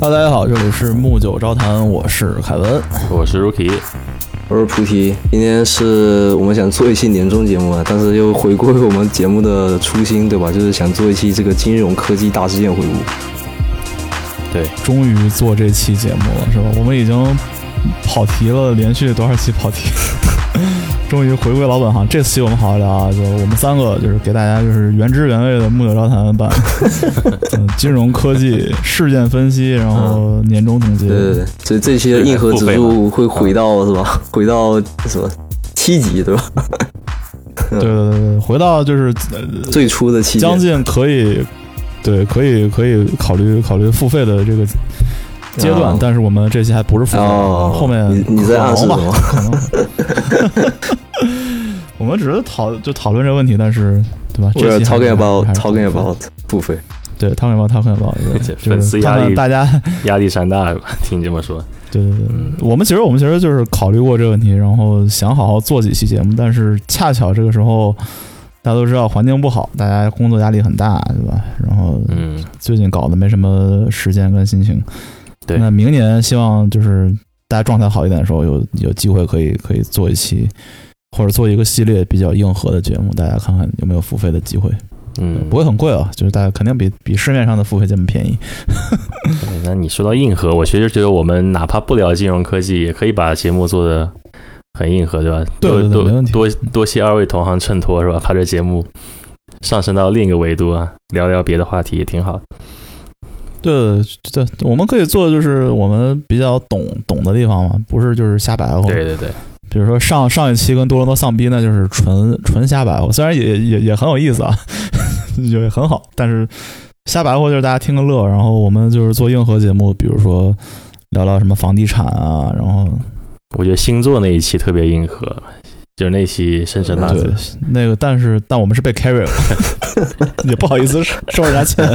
大家好，这里是木九招谈，我是凯文， 我是 Rookie， 我是菩提。今天是我们想做一期年终节目啊，但是又回归我们节目的初心，对吧？就是想做一期这个金融科技大事件回顾。 对， 终于做这期节目了，是吧？我们已经跑题了，连续多少期跑题，终于回归老本行。这期我们好好聊啊，就我们三个就是给大家就是原汁原味的木九招谈版，金融科技事件分析，然后年终总结。 对，所以这期的硬核指数会回到是吧？回到什么7级对吧？ 对，回到就是最初的期， 将近可以。对，可以考虑付费的这个阶段，但是我们这期还不是付费，后面你在暗示什么？ 可能我们只是讨论这个问题，但是对吧？这期 talking about 付费， 对 talking about 粉丝压力， 大家压力山大，听你这么说。 对，我们其实就是考虑过这个问题，然后想好好做几期节目，但是恰巧这个时候。大家都知道环境不好，大家工作压力很大，对吧？然后最近搞得没什么时间跟心情。 对， 那明年希望就是大家状态好一点的时候，有机会可以做一期，或者做一个系列比较硬核的节目，大家看看有没有付费的机会。不会很贵啊，就是大家肯定比市面上的付费节目便宜。 那你说到硬核，我其实觉得我们哪怕不聊金融科技，也可以把节目做的很硬核，对吧？ 对，没问题。 多谢二位同行衬托，是吧？把这节目上升到另一个维度啊，聊聊别的话题也挺好。 对，我们可以做的就是我们比较懂的地方嘛，不是就是瞎白话。 对。 比如说上一期跟多伦多丧逼，那就是纯瞎白话，虽然也很有意思啊，也很好，但是瞎白话就是大家听个乐。然后我们就是做硬核节目，比如说聊聊什么房地产啊，然后。 我觉得星座那一期特别硬核，就是那期生辰八字那个，但我们是被 carry 了，也不好意思收人家钱。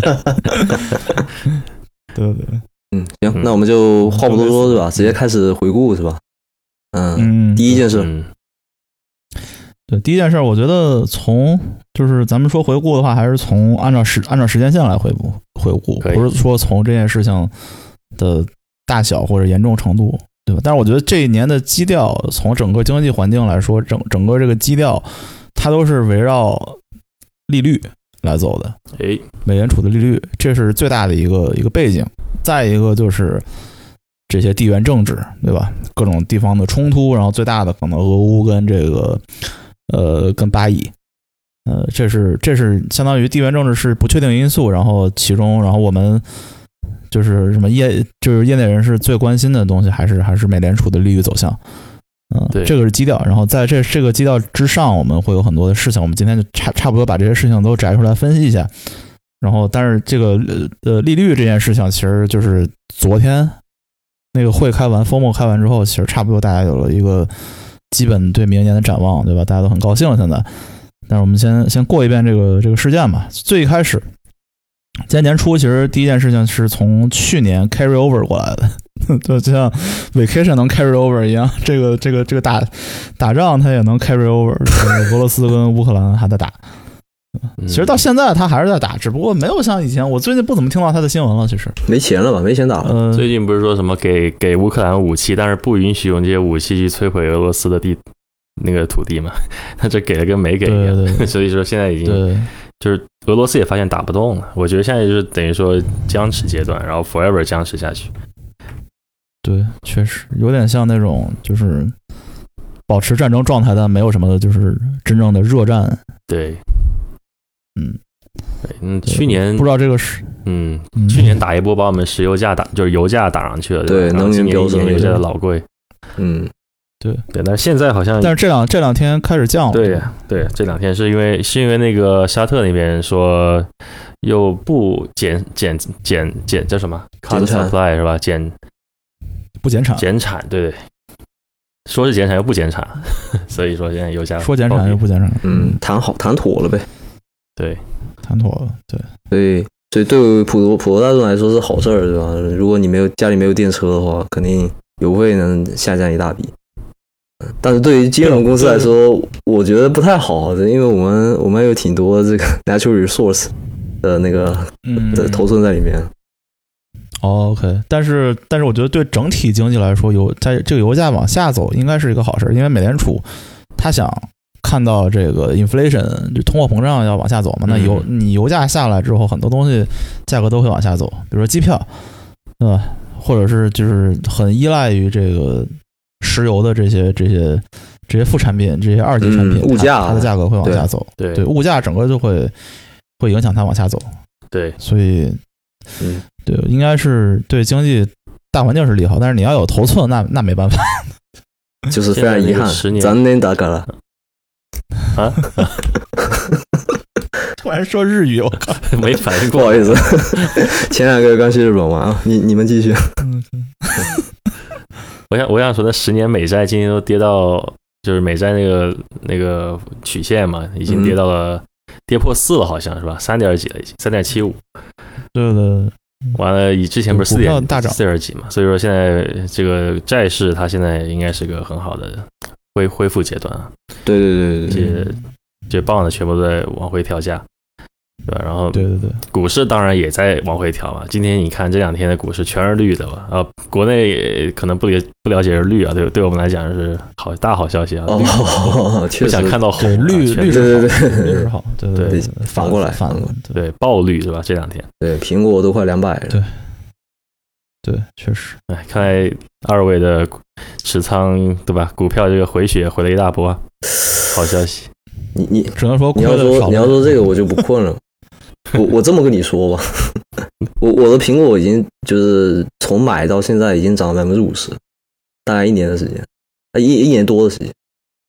对， 行，那我们就话不多说，是吧？直接开始回顾，是吧？第一件事， 对，第一件事，我觉得就是咱们说回顾的话，还是从按照时间线来回顾，不是说从这件事情的大小或者严重程度。对吧？但是我觉得这一年的基调，从整个经济环境来说，整个这个基调，它都是围绕利率来走的。美联储的利率，这是最大的一个背景。再一个就是这些地缘政治，对吧？各种地方的冲突，然后最大的可能俄乌跟这个跟巴以，这是相当于地缘政治是不确定因素，然后我们。就是什么业内人士最关心的东西，还是美联储的利率走向，这个是基调。然后在这个基调之上，我们会有很多的事情。我们今天就差不多把这些事情都摘出来分析一下。然后，但是这个利率这件事情，其实就是昨天那个会开完，FOMO开完之后，其实差不多大家有了一个基本对明年的展望，对吧？大家都很高兴现在。但是我们先过一遍这个事件吧。最一开始。今年年初，其实第一件事情是从去年 carry over 过来的，就像 vacation 能 carry over 一样，这个打仗它也能 carry over。俄罗斯跟乌克兰还在打，其实到现在它还是在打，只不过没有像以前。我最近不怎么听到它的新闻了，其实没钱了吧？没钱打了。 最近不是说什么给乌克兰武器，但是不允许用这些武器去摧毁俄罗斯的那个土地嘛？他这给了跟没给一样。 对所以说现在已经就是俄罗斯也发现打不动了，我觉得现在就是等于说僵持阶段，然后 forever 僵持下去。 对，确实有点像那种就是保持战争状态，但没有什么就是真正的热战。 对，去年不知道这个是， 去年打一波把我们石油价就是油价打上去了， 对，能源标准油价的老贵，对，但是现在好像， 但是这两天开始降了。 对，这两天是因为那个沙特那边说又不减叫什么 cut supply 是吧？ 不减产， 对，说是减产又不减产，所以说现在油价说减产又不减产， 谈妥了呗。 对， 谈妥了，对。 所以对普罗大众来说是好事儿，对吧？如果你家里没有电车的话，肯定油费能下降一大笔。但是对于金融公司来说，我觉得不太好，因为我们有挺多这个 natural resource 的那个的头寸在里面。 OK， 但是我觉得对整体经济来说，在这个油价往下走应该是一个好事，因为美联储他想看到这个 inflation 就通货膨胀要往下走嘛，那你油价下来之后，很多东西价格都会往下走，比如说机票，对吧？或者是就是很依赖于这个石油的这些副产品，这些二级产品， 物价它的价格会往下走，对，物价整个就会影响它往下走， 对， 所以对，应该是对经济大环境是利好，但是你要有头寸，那没办法， 就是非常遗憾，咱能打嘎了啊！ 突然说日语，我靠， 没反应过， 不好意思，前2个刚去日本玩啊，你们继续。 我想说，那10年美债今天都跌到，就是美债那个曲线嘛，已经跌到了跌破4了，好像是吧？3.几了，已经3.75。 对对。 完了，以之前不是4.几嘛，所以说现在这个债市它现在应该是个很好的恢复阶段啊。 对， 这棒的全部都在往回调价，对吧？然后对， 股市当然也在往回调嘛。今天你看这2天的股市全是绿的吧？国内可能不了解是绿啊，对我们来讲是大好消息啊。 确实不想看到红， 绿是好，对， 反过来， 对爆绿是吧？这2天， 对，苹果都快200了， 对，确实。 哎，看来2位的持仓对吧？股票这个回血回了一大波，好消息。 你只能说你要说这个我就不困了。我这么跟你说吧，我的苹果已经就是从买到现在已经涨了50%，大概1年的时间，一年多的时间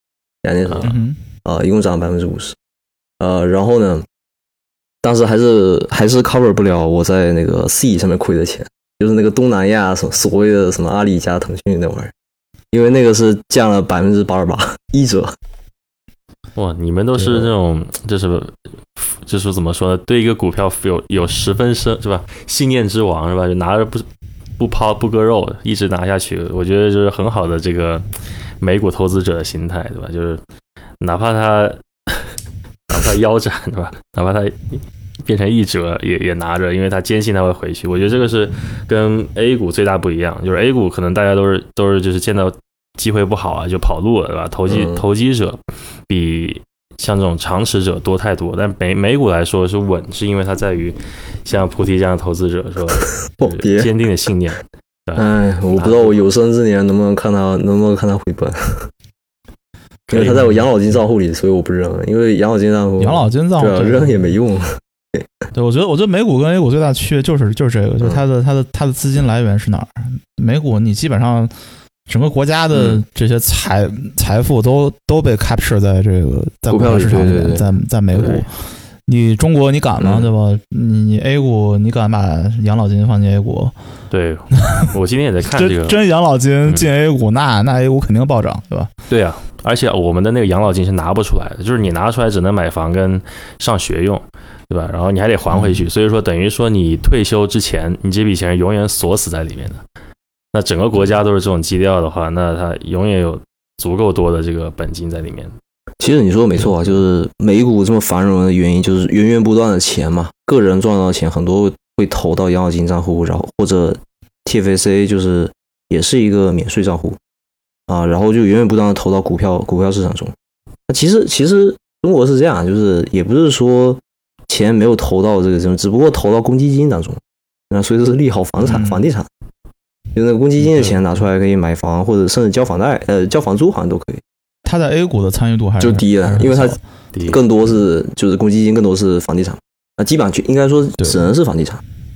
，2年时间一共涨了50%。然后呢，当时还是 cover 不了我在那个 C 上面亏的钱，就是那个东南亚所谓的什么阿里加腾讯那玩意儿，因为那个是降了88%，一折。 哇，你们都是那种就是怎么说呢？对一个股票有10分是吧？信念之王是吧？就拿着不抛不割肉，一直拿下去。我觉得就是很好的这个美股投资者的心态，对吧？就是哪怕他腰斩，对吧？哪怕他变成一折也拿着，因为他坚信他会回去。我觉得这个是跟 A 股最大不一样，就是 A 股可能大家都是就是见到机会不好啊就跑路了，对吧？投机者比像这种长持者多太多，但美股来说是稳，是因为它在于像菩提这样的投资者说坚定的信念。 哎，我不知道我有生之年能不能看他回本，因为他在我养老金账户里，所以我不扔，因为养老金账户对扔也没用。 对，我觉得美股跟 A 股最大的区别就是这个，就是它的资金来源是哪儿？美股你基本上整个国家的这些财富都被 capture 在这个在股票市场里面，在美股。你中国你敢吗？对吧？你 A 股你敢把养老金放进 A 股？ 对，我今天也在看这个， 真养老金进 A 股，那 A 股肯定暴涨，对吧？ 对啊，而且我们的那个养老金是拿不出来的，就是你拿出来只能买房跟上学用，对吧？然后你还得还回去，所以说等于说你退休之前，你这笔钱永远锁死在里面的。那整个国家都是这种基调的话，那它永远有足够多的这个本金在里面。 其实你说的没错啊，就是美股这么繁荣的原因，就是源源不断的钱嘛，个人赚到的钱很多会投到养老金账户，然后或者 TFSA 就是也是一个免税账户啊，然后就源源不断的投到股票市场中。那其实中国是这样，就是也不是说钱没有投到这个只不过投到公积金当中，那所以是利好房地产。就那个公积金的钱拿出来可以买房，或者甚至交房贷，交房租好像都可以。 他在 A 股的参与度还是就低了，因为它更多是就是公积金，更多是房地产。那基本上应该说只能是房地产。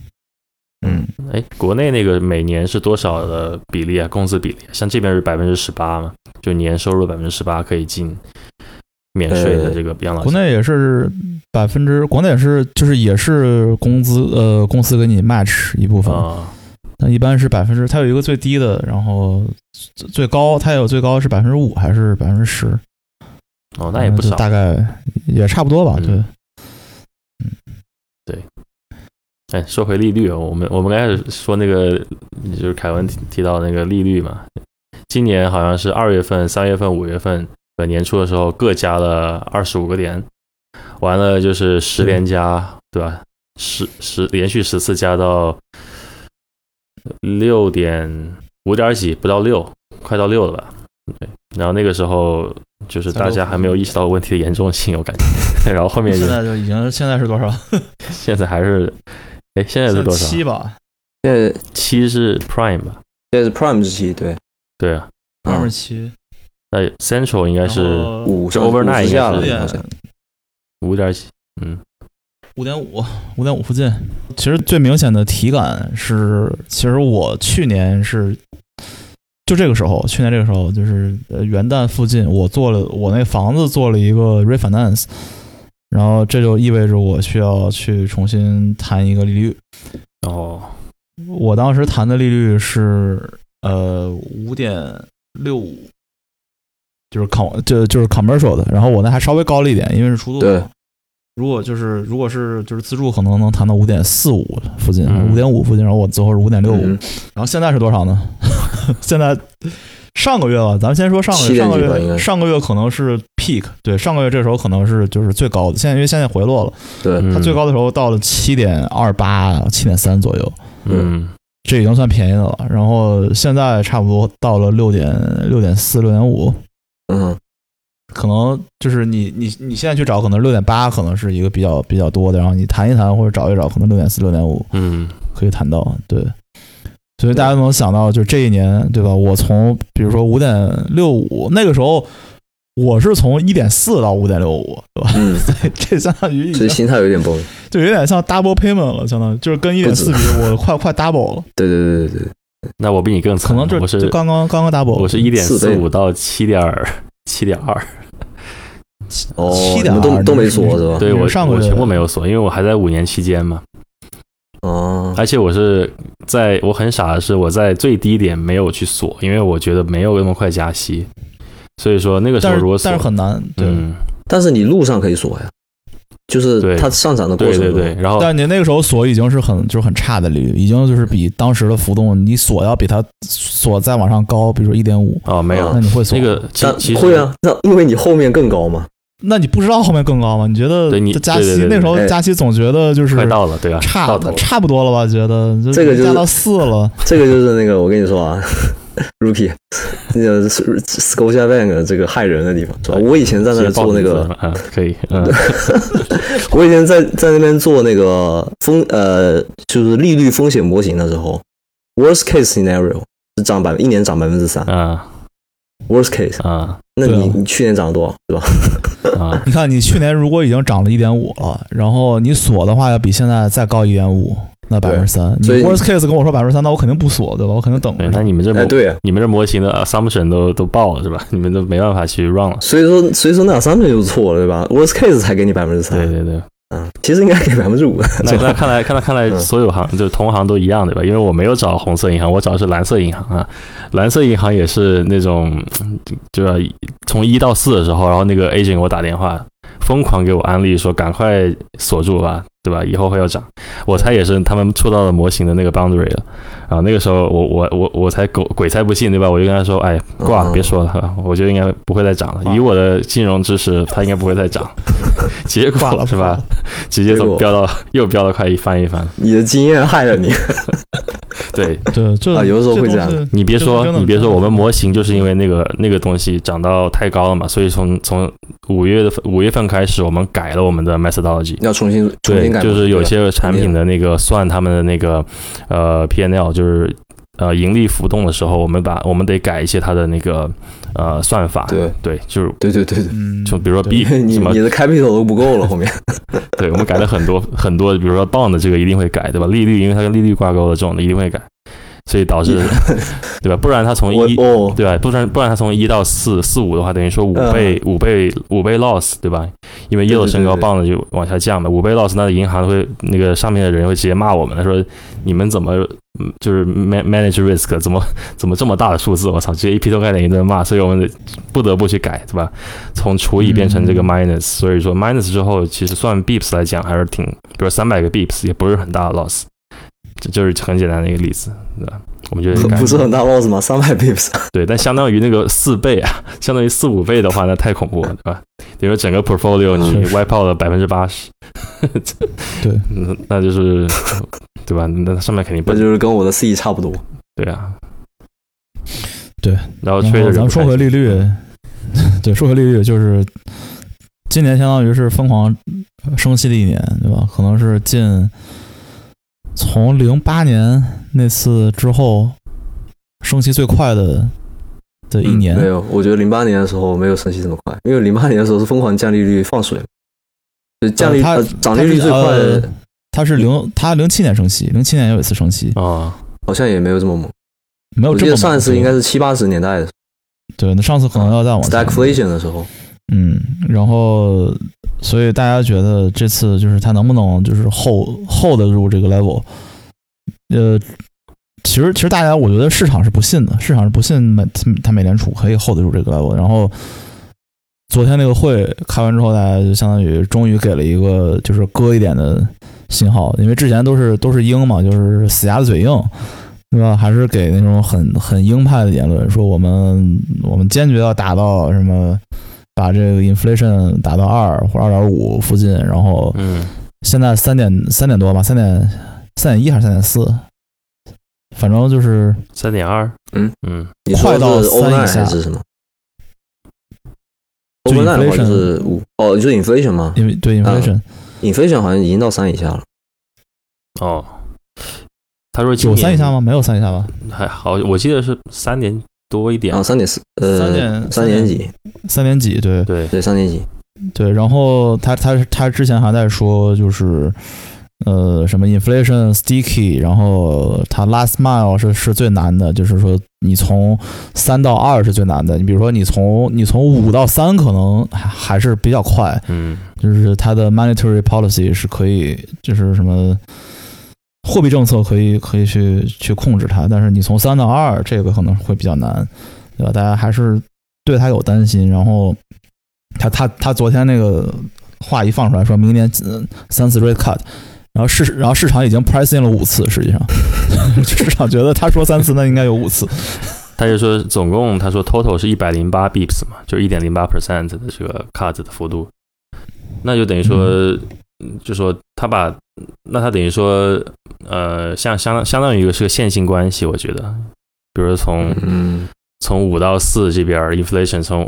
国内那个每年是多少的比例啊？工资比例？像这边是18%嘛，就年收入18%可以进免税的这个养老金。 国内也是国内也是工资公司给你 match 一部分。那一般是%，它有一个最低的，然后最高它有最高是5%还是10%？ 哦，那也不少， 大概也差不多吧。对， 对。哎，说回利率，我们刚开始说那个，就是凯文提到那个利率嘛，今年好像是2月份、3月份、5月份，年初的时候各加了25个点，完了就是10连加，对吧？连续10次加到。 5.几，不到6，快到6了吧？对，然后那个时候就是大家还没有意识到问题的严重性，我感觉。然后后面现在就已经现在是多少？ 现在还是，现在是多少 ？7吧。 现在 7是 Prime 吧？ 现在是 Prime 之期，对。 对啊。 Prime 7。 那 Central 应该是 5， 就 Overnight 应该是 5.几 ，5.5附近。其实最明显的体感是，其实我去年是就这个时候，去年这个时候就是元旦附近，我那房子做了一个 refinance， 然后这就意味着我需要去重新谈一个利率。 哦， 我当时谈的利率是5.65，就是 commercial 的，然后我那还稍微高了一点，因为是出租。 对。 如果是自住，可能能谈到5.45附近，5.5附近，然后我最后是5.65，然后现在是多少呢？现在上个月吧，咱们先说上个月可能是 peak， 对，上个月这时候可能是就是最高的，因为现在回落了， 对， 它最高的时候到了7.28、7.3左右，这已经算便宜的了。然后现在差不多到了6.4、6.5，可能就是你现在去找，可能6.8可能是一个比较多的，然后你谈一谈或者找一找，可能6.4、6.5，可以谈到，对。所以大家能想到，就这一年，对吧？我从比如说5.65，那个时候我是从1.4到5.65，对吧？这相当于所以心态有点崩， 就有点像 double payment 了，相当于就是跟1.4比，我快 double 了。 对。 那我比你更惨， 可能就刚刚 double， 我是1.45到7.2。 哦，你们都没锁是吧？ 对，我全部没有锁，因为我还在5年期间嘛。 哦， 而且我很傻的是，我在最低点没有去锁，因为我觉得没有那么快加息，所以说那个时候如果锁， 但是很难，对。 但是你路上可以锁呀，就是它上涨的过程。 对。然后， 但你那个时候锁已经是很差的利率，已经就是比当时的浮动，你锁要比它锁再往上高，比如说1.5。 哦，没有， 那你会锁那个其实会啊，那因为你后面更高嘛。 那你不知道后面更高吗？你觉得加息对那时候加息总觉得就是快到了，对吧？ 差不多了吧？觉得这个加到4了。 这个就是那个我跟你说啊，Rookie， 那个 Scotiabank 这个害人的地方，是吧？我以前在那做那个， 可以， 我以前在那边做那个就是利率风险模型的时候 ，worst case scenario 是一年涨3%啊。Worst case 啊， 那你去年涨了多少，对吧？ 啊，你看你去年如果已经涨了1.5了，然后你锁的话要比现在再高1.5，那3%。你 worst case 跟我说3%，那我肯定不锁，对吧？我肯定等着。 那你们这模型的 assumption 都爆了是吧？你们都没办法去 run 了。 所以说那 assumption 就错了，对吧 ？Worst case 才给你3%。 对。 其实应该给5%。 那看来所有就同行都一样对吧？因为我没有找红色银行，我找的是蓝色银行啊。蓝色银行也是那种，就是从1到4的时候，然后那个 agent 给我打电话，疯狂给我安利说赶快锁住吧，对吧？以后会要涨。我猜也是他们触到了模型的那个 boundary 了。然后那个时候我才鬼才不信对吧？我就跟他说，哎，挂，别说了，我觉得应该不会再涨了。以我的金融知识，它应该不会再涨。结果是吧？直接又飙到快一翻。 你的经验害了你。 对， 有的时候会这样。 你别说，我们模型就是因为那个东西涨到太高了嘛，所以从5月份开始，我们改了我们的 methodology， 要重新改， 就是有些产品的那个算他们的那个P&L， 就是盈利浮动的时候，我们得改一些它的那个算法。对，就是对， 就比如说 B 你的 capital 都不够了后面。 对，我们改了很多，比如说 bond 的这个一定会改，对吧？利率因为它跟利率挂钩的这种的一定会改。所以导致，对吧？不然它从对吧？不然它从1到4.45的话，等于说5倍 loss， 对吧？因为yield升高，棒子就往下降嘛。5倍 loss， 那银行会那个上面的人会直接骂我们，他说你们怎么就是 manage risk， 怎么这么大的数字？我操，直接一劈头盖脸一顿骂，所以我们不得不去改，对吧？从除以变成这个 minus， 所以说 minus 之后，其实算 bips 来讲还是挺，比如300个 bips 也不是很大的 loss。这就是很简单的一个例子，对吧？我们觉得不是很大 loss 吗？300 bips。 对，但相当于那个4倍啊，相当于4-5倍的话，那太恐怖了，对吧？比如整个 portfolio 你 wipe out 了80%， 对， 那就是对吧？那上面肯定不那就是跟我的 C 差不多。 对啊， 对。 然后吹着， 咱们说回利率，对，说回利率，就是今年相当于是疯狂升息的一年，对吧？可能是从08年那次之后升息最快的一年。 没有，我觉得08年的时候没有升息这么快，因为08年的时候是疯狂降利率放水，就降利涨利率最快的。 他07年升息，07年有一次升息啊， 好像也没有这么猛， 没有这么猛。 我记得上一次应该是70、80年代的。 对，那上次可能要再往前 stagflation 的时候。 然后所以大家觉得这次就是他能不能就是 hold 得住这个 level？其实大家我觉得市场是不信的，市场是不信他美联储可以 hold 得住这个 level。然后昨天那个会开完之后，大家就相当于终于给了一个就是割一点的信号，因为之前都是鹰嘛，就是死鸭子嘴硬，对吧？还是给那种很鹰派的言论，说我们坚决要达到什么，把这个 inflation 打到2或2.5附近，然后现在3点多吧，3.1还是3.4，反正就是 3.2， 快到3以下还是什么？overnight 的话就是5，哦，就是 inflation 吗？ 对 inflation 好像已经到3以下了。 哦，他说有3以下吗？没有3以下吧？ 还好，我记得是3点多一点。 3.4， 3点几 ，3点几，对 3点几， 对。然后他之前还在说，就是什么 inflation sticky， 然后他 last mile 是最难的，就是说你从3到2是最难的。你比如说你从5到3可能还是比较快，就是他的 monetary policy 是可以，就是什么货币政策可以去控制它，但是你从3到2这个可能会比较难，对吧？大家还是对他有担心。然后他昨天那个话一放出来，说明年3次 rate cut。然后市场已经 price in 了5次，实际上市场觉得他说3次，那应该有5次。 他就说总共他说 total 是108 bips 嘛，就 1.08% 的这个 cut 的幅度，那就等于说，就说他等于说相当于一个是个线性关系，我觉得，比如从5到4这边 inflation 从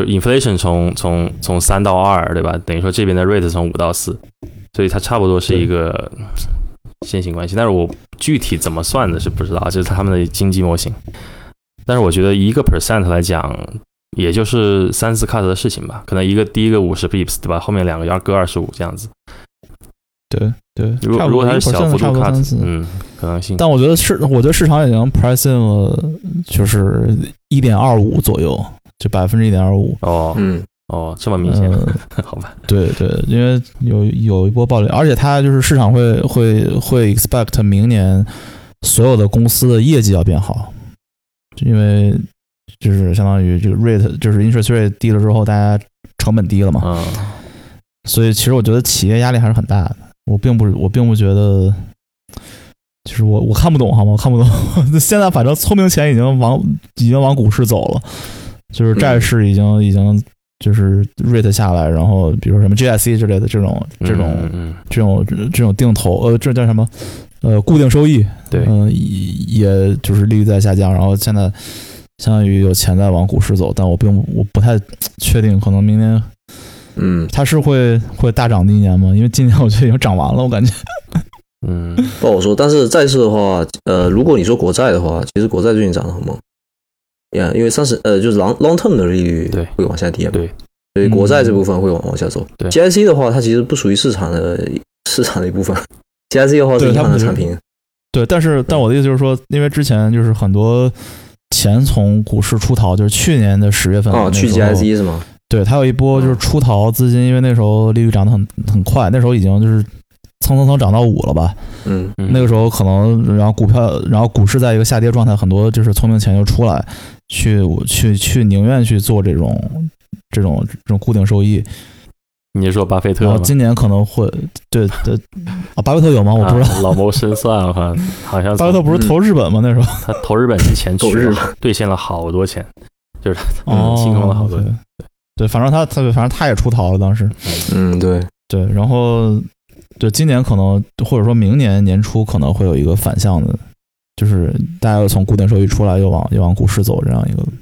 3到2，对吧？等于说这边的 rate 从5到4。所以它差不多是一个线性关系，但是我具体怎么算的是不知道，这是他们的经济模型。但是我觉得1% 来讲，也就是3次 cut 的事情吧，可能第一个50 bips， 对吧？后面2个要各25这样子。 对， 如果它是小幅度 cut， 可能性。 但我觉得市场已经 price in 了，就是 1.25 左右，就 1.25%。 哦，这么明显，好吧？ 对，因为有一波暴雷，而且它就是市场会 expect 明年所有的公司的业绩要变好，因为就是相当于这个 rate 就是 interest rate 低了之后，大家成本低了嘛，所以其实我觉得企业压力还是很大的。我并不觉得，就是我看不懂，好吗？我看不懂。现在反正聪明钱已经往股市走了，就是债市已经。就是 rate 下来，然后比如什么 GIC 之类的这种定投，这叫什么？固定收益， 对， 也就是利率在下降，然后现在相当于有钱在往股市走，但我不太确定，可能明年，它是会大涨的一年吗？因为今年我觉得已经涨完了，我感觉， 不好说。但是债市的话，如果你说国债的话，其实国债最近涨得很猛。因为就是 long term 的利率会往下跌， 对， 所以国债这部分会往下走。GIC 的话，它其实不属于市场的一部分 ，GIC 的话是银行的产品。 对，但我的意思就是说，因为之前就是很多钱从股市出逃，就是去年的10月份去 GIC 是吗？ 对，它有一波就是出逃资金，因为那时候利率涨得很快，那时候已经就是蹭涨到5了吧。那个时候可能，然后股市在一个下跌状态，很多就是聪明钱就出来，去宁愿去做这种固定收益。 你是说巴菲特吗？ 今年可能会对巴菲特有吗？我不知道。 老谋深算，好像巴菲特不是投日本吗？那时候他投日本之前兑现了好多钱，就是清空了好多。对， 反正他也出逃了当时。 对， 然后对，今年可能或者说明年年初可能会有一个反向的，就是大家又从固定收益出来，又往股市走这样一个。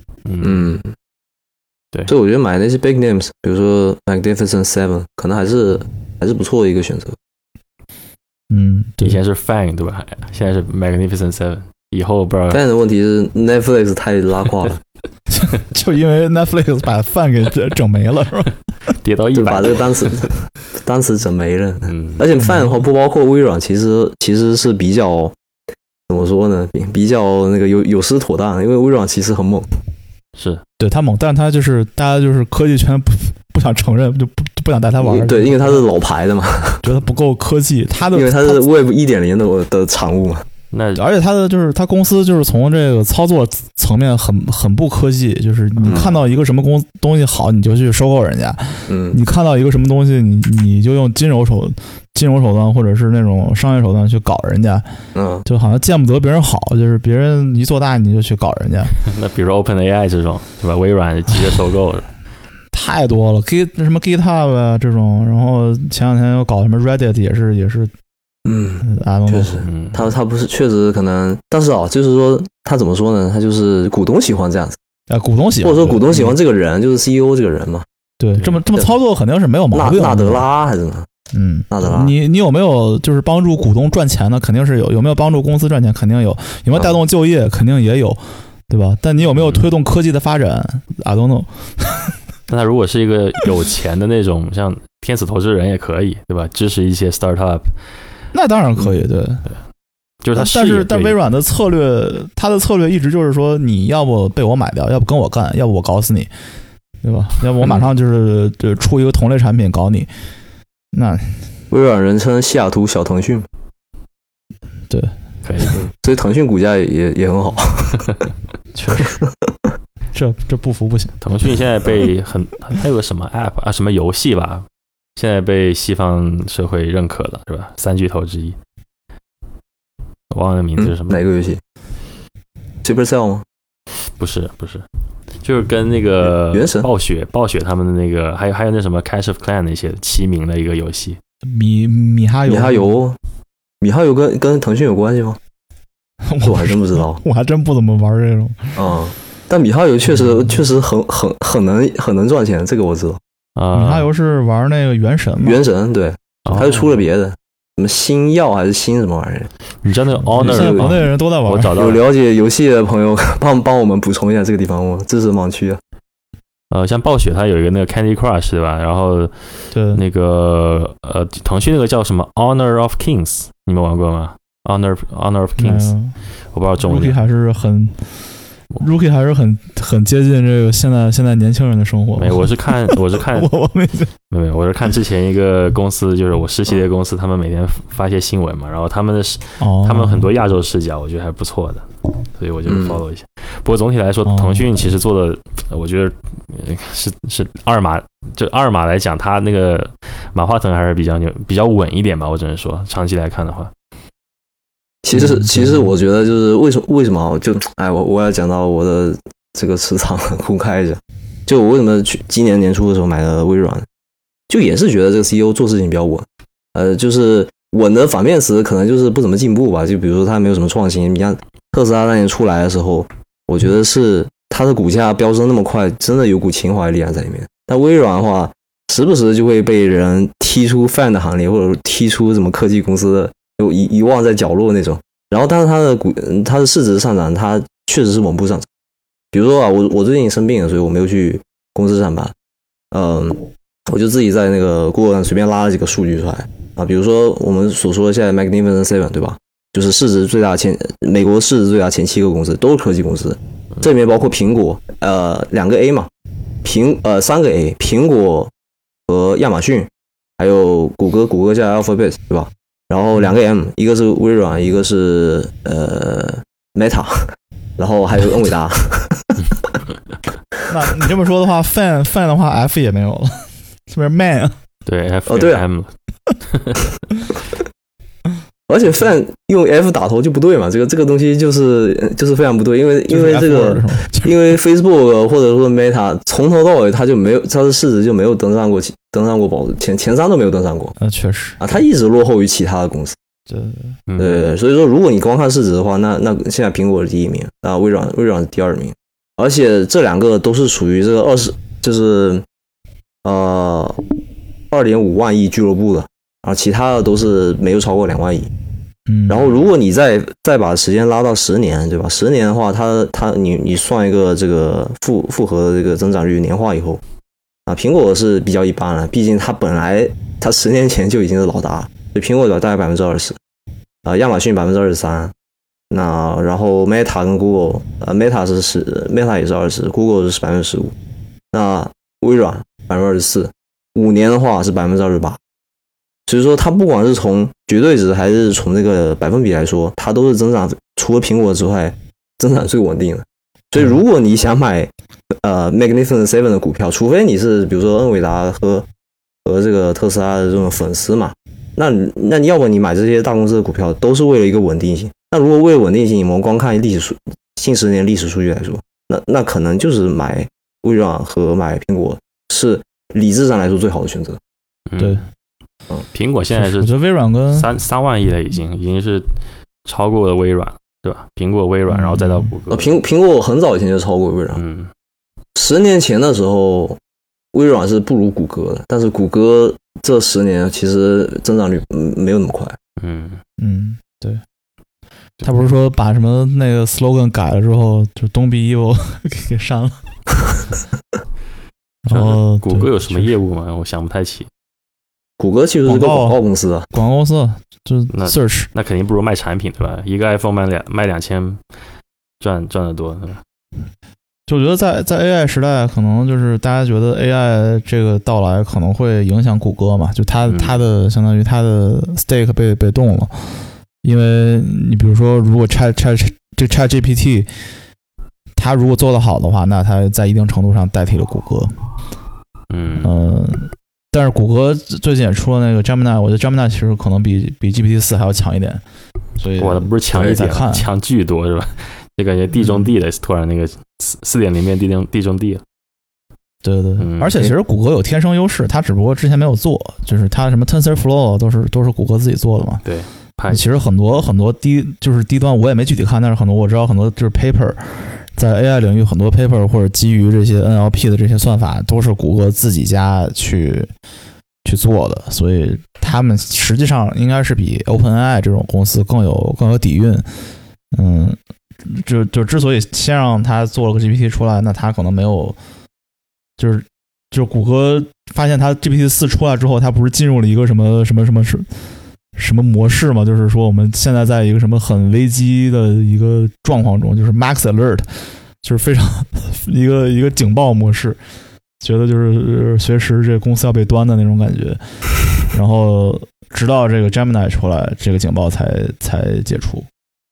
对， 所以我觉得买那些 big names， 比如说 Magnificent Seven， 可能还是不错的一个选择。 对， 以前是 FANG 对吧？现在是 Magnificent Seven， 以后不知道。 但是问题是 Netflix 太拉胯了， 就因为 Netflix 把饭给整没了，是吧？ 跌到100， 把这个单词整没了。而且饭的话不包括微软，其实是比较怎么说呢？比较那个有失妥当，因为微软其实很猛。 是对他猛，但是他就是大家就是科技圈不想承认，就不想带他玩。 对，因为他是老牌的嘛， 觉得不够科技。 因为他是 Web 1.0 的产物嘛。 而且他的就是他公司就是从这个操作层面很不科技，就是你看到一个什么东西好，你就去收购人家。你看到一个什么东西，你就用金融手段或者是那种商业手段去搞人家。就好像见不得别人好，就是别人一做大你就去搞人家。 那比如说 OpenAI 这种，对吧？微软直接收购了。 太多了，什么 GitHub 啊这种，然后前两天又搞什么 Reddit 也是， 确实，他不是确实可能，但是就是说他怎么说呢？他就是股东喜欢这样子， 股东喜欢， 或者说股东喜欢这个人，就是 CEO 这个人嘛。 对，这么操作肯定是没有毛病。 纳德拉还是什么？纳德拉， 你有没有就是帮助股东赚钱呢？肯定是有。有没有帮助公司赚钱？肯定有。有没有带动就业？肯定也有，对吧？但你有没有推动科技的发展？I don't know。 但他如果是一个有钱的那种，像天使投资人也可以，对吧？支持一些 startup。 那当然可以，对， 就是他但微软的策略，他的策略一直就是说，你要不被我买掉，要不跟我干，要不我搞死你，对吧？要不我马上就是出一个同类产品搞你。那微软人称西雅图小腾讯， 对， 可以， 所以腾讯股价也很好， 确实，这不服不行。 腾讯现在被它有个什么 app 啊，什么游戏吧？现在被西方社会认可了，是吧？3巨头之一，我忘了名字是什么？ 哪个游戏 ？Supercell 吗？ 不是，就是跟那个原神、 暴雪他们的那个，还有那什么 Clash of Clans 那些齐名的一个游戏。 米哈游跟腾讯有关系吗？我还真不知道， 我还真不怎么玩这种。 但米哈游确实很能赚钱，这个我知道。 米哈游是玩那个原神吗？ 原神对，他就出了别的，什么星耀还是星什么玩意儿？ 你知道那个 Honor 现在国内人都在玩。 我找到有了解游戏的朋友帮我们补充一下这个地方，我知识盲区啊。 像暴雪它有一个那个 Candy Crush 对吧？然后对那个腾讯那个叫什么 Honor of Kings， 你们玩过吗？ Honor of Kings，我不知道中文。 Rookie 还是很接近这个现在年轻人的生活。 没，我是看没有，我是看之前一个公司，就是我实习的公司，他们每天发一些新闻嘛，然后他们很多亚洲视角，我觉得还不错的，所以我就 follow 一下。不过总体来说，腾讯其实做的，我觉得是二码来讲，它那个马化腾还是比较稳一点吧，我只能说，长期来看的话。 其实我觉得就是为什么就我要讲到我的这个市场公开一下，就我为什么去今年年初的时候买了微软，就也是觉得这个 CEO 做事情比较稳，就是稳的反面词可能就是不怎么进步吧，就比如说他没有什么创新。你看特斯拉那年出来的时候，我觉得是它的股价飙升那么快，真的有股情怀力量在里面。但微软的话，时不时就会被人踢出 fan 的行列，或者踢出什么科技公司的。就遗忘在角落那种，然后但是它的市值上涨，它确实是稳步上涨。比如说我最近生病了，所以我没有去公司上班，我就自己在那个 Google 上随便拉了几个数据出来啊，比如说我们所说的现在 Magnificent Seven 对吧？就是市值最大美国市值最大前7个公司都是科技公司，这里面包括苹果，2个 A 嘛，3个 A， 苹果和亚马逊，还有谷歌加 Alphabet 对吧？然后2个 M， 一个是微软，一个是Meta， 然后还有恩伟达。 那你这么说的话 ，fan 的话 F 也没有了，是不是 man？ 对 ，F 对 M 了。 而且 fan 用 F 打头就不对嘛，这个东西就是非常不对，因为这个因为 Facebook 或者说 Meta 从头到尾它的市值就没有登上过保前3都没有登上过。 确实啊，它一直落后于其他的公司。对，所以说如果你光看市值的话，那现在苹果是第1名，那微软是第2名，而且这2个都是属于这个就是2.5万亿俱乐部的。啊，其他的都是没有超过2万亿。然后如果你再把时间拉到10年，对吧？10年的话，你算一个这个复合的这个增长率年化以后，啊，苹果是比较一般了，毕竟它本来它10年前就已经是老大，所以苹果大概20%，亚马逊23%，那然后 Meta 跟 Google，Meta 也是20%，Google 是15%，那微软24%，5年的话是28%。所以说，它不管是从绝对值还是从这个百分比来说，它都是增长，除了苹果之外，增长最稳定的。所以，如果你想买Magnificent Seven 的股票，除非你是比如说恩伟达和这个特斯拉的这种粉丝嘛，那你要不你买这些大公司的股票，都是为了一个稳定性。那如果为了稳定性，我们光看近10年历史数据来说，那可能就是买微软和买苹果是理智上来说最好的选择。 对。 苹果现在是我觉得微软跟 3万亿了，已经是超过了微软，对吧？苹果、微软，然后再到谷歌。 苹果很早以前就超过微软。10年前的时候，微软是不如谷歌的，但是谷歌这10年其实增长率没有那么快。 对。他不是说把什么那个 slogan 改了之后，就 Don't be evil 给删了。然后谷歌有什么业务吗？我想不太起。 谷歌其实是个广告公司啊， 广告公司就是 search， 那肯定不如卖产品，对吧？一个 iPhone 卖2000，赚得多，对吧？ 就我觉得在 AI 时代，可能就是大家觉得 AI 这个到来可能会影响谷歌嘛，就它的相当于它的 stake 被动了，因为你比如说，如果 ChatGPT 它如果做得好的话，那它在一定程度上代替了谷歌。但是谷歌最近也出了那个 Gemini， 我觉得 Gemini 其实可能比 GPT-4还要强一点，所以我的不是强一点，强巨多是吧？就感觉地中地的，突然那个 4.0 变地中地了。 对，而且其实谷歌有天生优势，它只不过之前没有做，就是它什么 TensorFlow 都是谷歌自己做的嘛。 对， 其实很多低端我也没具体看，但是很多我知道很多就是 paper。在 AI 领域，很多 paper 或者基于这些 NLP 的这些算法，都是谷歌自己家去做的，所以他们实际上应该是比 OpenAI 这种公司更有底蕴。就之所以先让他做了个 GPT 出来，那他可能没有，就是谷歌发现他 GPT-4 出来之后，他不是进入了一个什么模式嘛？就是说我们现在在一个什么很危机的一个状况中，就是 Max Alert， 就是非常一个警报模式，觉得就是随时这公司要被端的那种感觉。然后直到这个 Gemini 出来，这个警报才解除。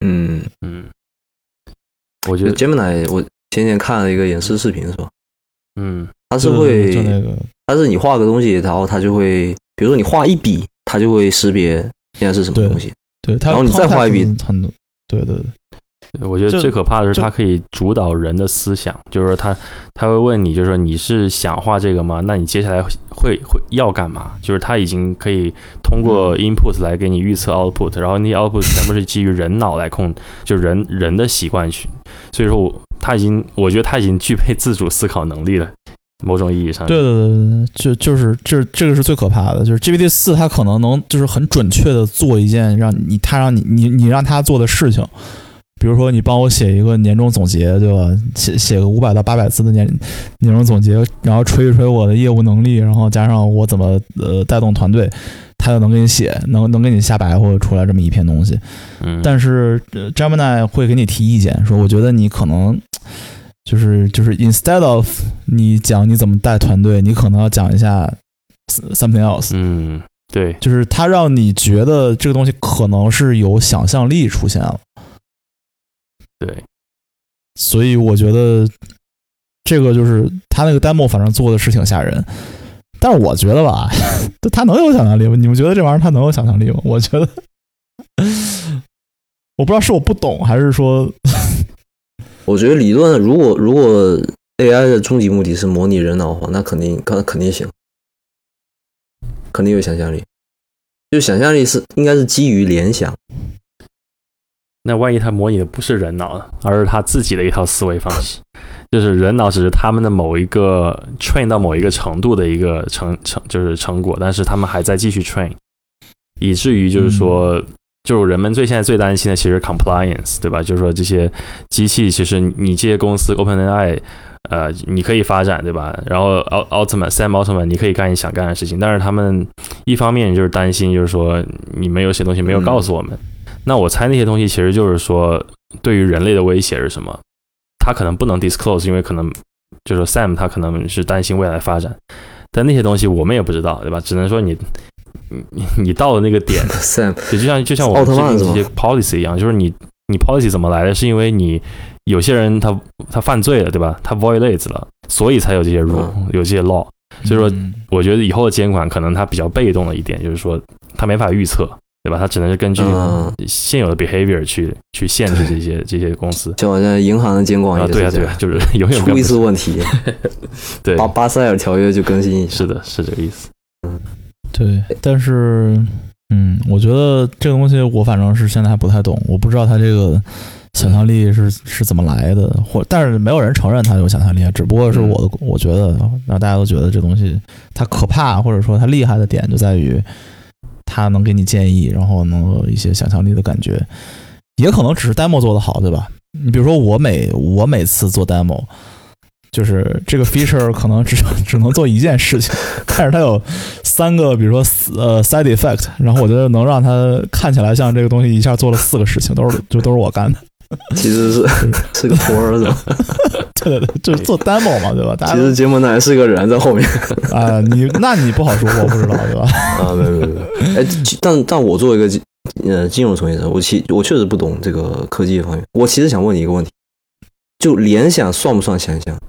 我觉得 Gemini 我前天看了一个演示视频，是吧？它是会就那个， 但是你画个东西，然后它就会，比如说你画一笔，它就会识别现在是什么东西。 对， 然后你再画一笔， 对。 我觉得最可怕的是它可以主导人的思想，就是说他会问你，就是说你是想画这个吗？那你接下来会要干嘛？就是他已经可以通过 input 来给你预测 output， 然后那些 output 全部是基于人脑来控，就人的习惯去。所以说我觉得他已经具备自主思考能力了。某种意义上， 对，就是这个是最可怕的，就是 GPT-4 它可能能就是很准确的做一件让你让他做的事情，比如说你帮我写一个年终总结，对吧？写个500到800字的年终总结，然后吹一吹我的业务能力，然后加上我怎么带动团队，他就能给你写，能给你瞎白活出来这么一篇东西。但是Gemini 会给你提意见，说我觉得你可能。就是 instead of 你讲你怎么带团队，你可能要讲一下 something else。 对， 就是他让你觉得这个东西可能是有想象力出现了。 对， 所以我觉得这个就是他那个 demo 反正做的是挺吓人，但是我觉得吧，他能有想象力吗？你们觉得这玩意儿他能有想象力吗？我觉得我不知道是我不懂还是说， 我觉得理论如果 AI 的终极目的是模拟人脑的话，那肯定行，肯定有想象力。就想象力应该是基于联想。 那万一它模拟的不是人脑呢，而是它自己的一套思维方式，就是人脑只是他们的某一个 train 到某一个程度的一个就是成果，但是他们还在继续 train， 以至于就是说，就是人们现在最担心的其实 compliance， 对吧？就是说这些机器，其实你这些公司 OpenAI，你可以发展，对吧？然后Sam Altman 你可以干你想干的事情，但是他们一方面就是担心，就是说你们有些东西没有告诉我们。那我猜那些东西其实就是说，对于人类的威胁是什么？他可能不能 disclose， 因为可能就是 Sam 他可能是担心未来发展，但那些东西我们也不知道，对吧？只能说你到了那个点 ，Sam 就像我们制定这些 policy 一样，就是你 policy 怎么来的？是因为你有些人他犯罪了，对吧？他 violates 了，所以才有这些 rule， 有这些 law。所以说，我觉得以后的监管可能它比较被动的一点，就是说它没法预测。对吧？它只能是根据现有的 behavior 去限制这些公司， 就好像银行的监管也是这样， 对啊，就是永远出一次问题， 对， 巴塞尔条约就更新一下。 是的，是这个意思。 对，但是我觉得这个东西我反正是现在还不太懂，我不知道它这个想象力是怎么来的，但是没有人承认它有想象力，只不过是我觉得，然后大家都觉得这东西它可怕，或者说它厉害的点就在于。他能给你建议，然后能有一些想象力的感觉，也可能只是 demo 做得好，对吧？你比如说我每次做 demo， 就是这个 feature 可能只能做一件事情，但是它有3个，比如说side effect， 然后我觉得能让它看起来像这个东西一下做了4个事情，都是我干的。 其实是个托儿子， 对，就是做 demo 嘛，对吧？ 其实节目呢是个人在后面啊，你不好说，我不知道，对吧？ 啊，没有，但我作为一个金融从业者，我确实不懂这个科技方面。我其实想问你一个问题，就联想算不算想象？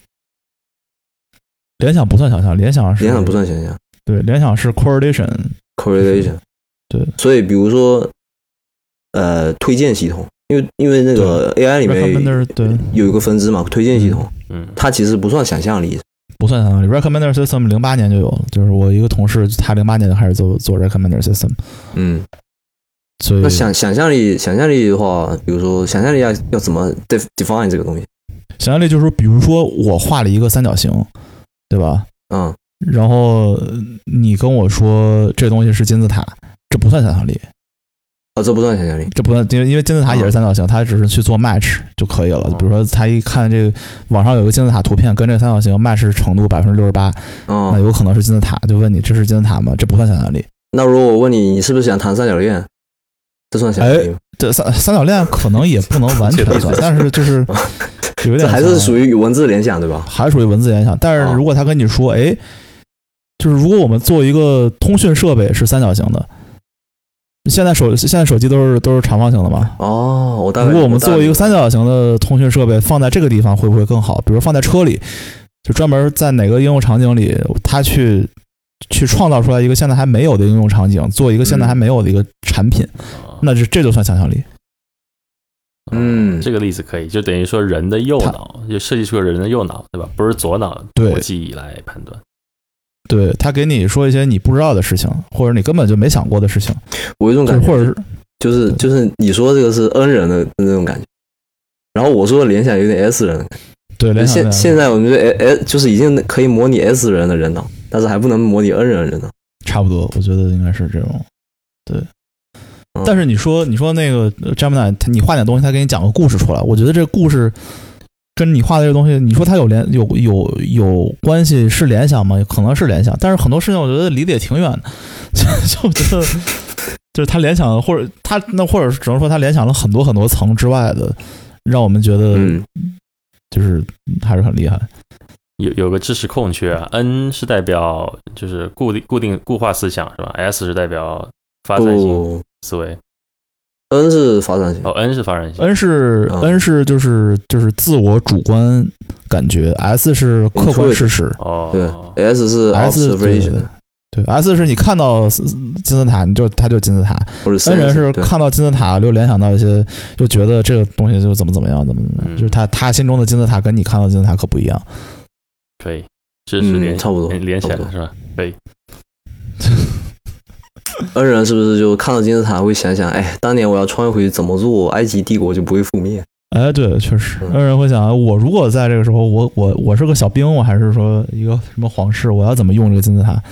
联想不算想象，联想不算想象， 对，联想是 correlation， 对， 所以比如说推荐系统。因为那个 AI 里面有一个分支嘛，推荐系统，它其实不算想象力， 不算想象力。Recommender System 08年就有了，就是我一个同事，他08年就开始做 Recommender System。所以那想象力的话，比如说想象力要怎么 define 这个东西？ 想象力就是说，比如说我画了一个三角形，对吧？然后你跟我说这东西是金字塔，这不算想象力。 这不算想象力， 这不算，因为金字塔也是三角形，它只是去做 match 就可以了。比如说，他一看这个网上有个金字塔图片，跟这个三角形 match 程度68%，那有可能是金字塔，就问你这是金字塔吗？这不算想象力。 那如果我问你是不是想谈三角恋，这算想象力吗？ 这三角恋可能也不能完全算，但是就是有点还是属于文字联想，对吧？ 还属于文字联想。但是如果他跟你说，就是如果我们做一个通讯设备是三角形的。现在手机都是长方形的嘛？如果我们做一个三角形的通讯设备放在这个地方会不会更好？比如放在车里，就专门在哪个应用场景里，它去创造出来一个现在还没有的应用场景，做一个现在还没有的一个产品，那这就算想象力。 这个例子可以，就等于说人的右脑就设计出了人的右脑，对吧？不是左脑通过记忆来判断。 对，他给你说一些你不知道的事情，或者你根本就没想过的事情。 我有一种感觉， 或者是就是你说这个是 N 人的那种感觉，然后我说的联想有点 S 人的感觉。 对，联想现在我们觉得就是已经可以模拟 S 人的人脑，但是还不能模拟 N 人的人脑。 差不多，我觉得应该是这种。对，但是你说那个 Gemini， 你画点东西，他给你讲个故事出来，我觉得这个故事。跟你画的这个东西，你说它有关系是联想吗？可能是联想，但是很多事情我觉得离得也挺远的，就觉得就是他联想，或者只能说他联想了很多很多层之外的，让我们觉得就是还是很厉害。 有个知识空缺啊 ，N 是代表就是固化思想是吧 ？S 是代表发散性思维。 N 是发展性 ，N 是发展性 ，N 是就是自我主观感觉 ，S 是客观事实。 对 ，S 是 observation， 对 ，S 是你看到金字塔，它就金字塔。N 人是看到金字塔就联想到一些，就觉得这个东西就怎么样，就是他心中的金字塔跟你看到的金字塔可不一样。 可以，知识差不多连起来了是吧？可以。 N 人是不是就看到金字塔会想想，哎，当年我要穿越回去怎么做，埃及帝国就不会覆灭？ 哎，对，确实，N 人会想，我如果在这个时候，我是个小兵，我还是说一个什么皇室，我要怎么用这个金字塔？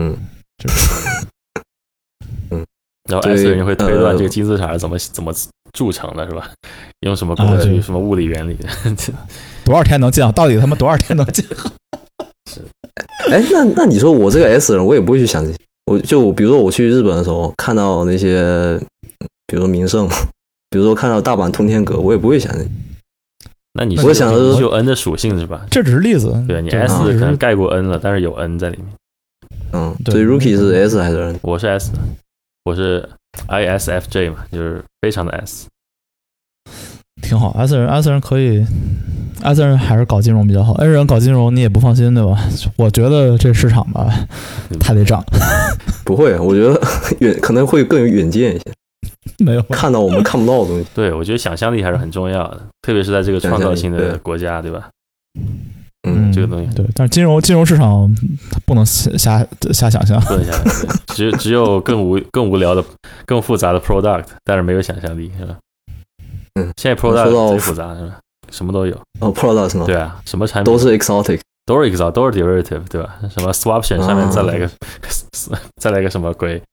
然后 S 人会推断这个金字塔是怎么铸成的，是吧？用什么工具、什么物理原理？ 多少天能建好？到底他妈多少天能建好？ 是，哎，那你说我这个 S 人，我也不会去想这些。比如说我去日本的时候，看到那些，比如说名胜，比如说看到大阪通天阁，我也不会想这些。 那你我想的是有 N 的属性是吧？ 这只是例子。 对，你 S 可能盖过 N 了，但是有 N 在里面。 所以 Rookie 是 S 还是 N？ 我是 S， 我是 ISFJ 嘛，就是非常的 S。 挺好 ，S 人可以。S 人还是搞金融比较好 ，N 人搞金融你也不放心，对吧？我觉得这市场吧，它得涨。 不会，我觉得可能会更有远见一些。 没有看到我们看不到的东西。 对，我觉得想象力还是很重要的，特别是在这个创造性的国家，对吧？这个东西对，但是金融市场不能瞎想象， 不能想象，只有更无聊的、更复杂的 product， 但是没有想象力，是吧？现在 product 最复杂是吧？什么都有。 product 吗？ 对啊，什么产品都是 exotic， 都是 derivative， 对吧？什么 swaption 上面再来个什么鬼？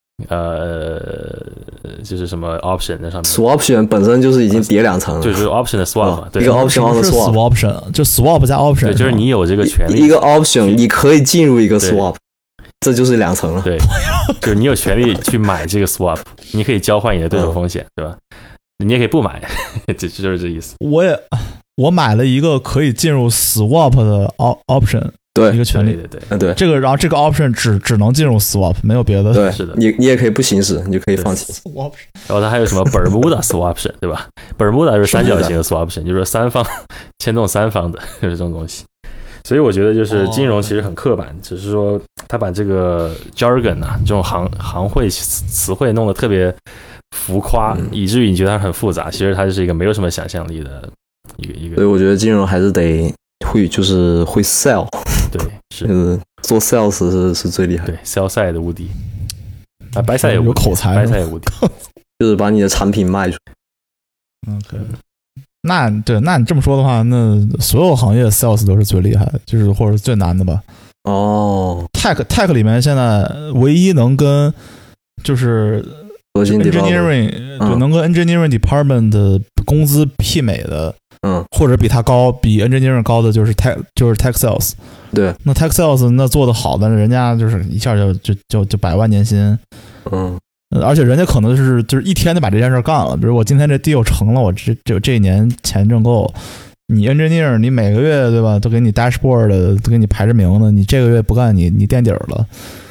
就是什么 option 在上面 ，swaption 本身就是已经叠2层了， 就是 option 的 swap， 对， 一个 option 的 swap， 就 swap 加 option， 对，就是你有这个权利， 一个 option 你可以进入一个 swap， 这就是2层了， 对，就是你有权利去买这个 swap， 你可以交换你的对手风险，对吧？你也可以不买，就是这意思。 我买了一个可以进入 swap 的 option。 对， 一个权利， 对， 这个，然后这个 option 只能进入 swap， 没有别的。 对， 是的， 你也可以不行使，你就可以放弃。 然后它还有什么 Bermuda swaption， 对吧 ？Bermuda 是三角形的 swaption， 就是三方牵动三方的，就是这种东西。所以我觉得就是金融其实很刻板，只是说他把这个 jargon 啊，这种行汇词汇弄得特别浮夸，以至于你觉得它很复杂。其实它就是一个没有什么想象力的一个。 所以我觉得金融还是得会 sell。 对， 就是做 sales 是最厉害的。 对 ，sell side 的无敌啊，白菜也有口才， 白菜也无敌， 就是把你的产品卖出。 OK， 那你这么说的话，那所有行业 sales 都是最厉害的，就是或者最难的吧？ 哦 ，tech 里面现在唯一能跟就是核心 engineering 就能跟 engineering department 的工资媲美的。或者比他高，比 engineering 高的就是 tech sales。 对， 那 tech sales 那做的好的，人家就是一下就100万年薪。而且人家可能就是一天就把这件事干了。比如我今天这 deal 成了，我这一年钱挣够。你 engineer 你每个月对吧，都给你 dashboard 都给你排着名的，你这个月不干你垫底了。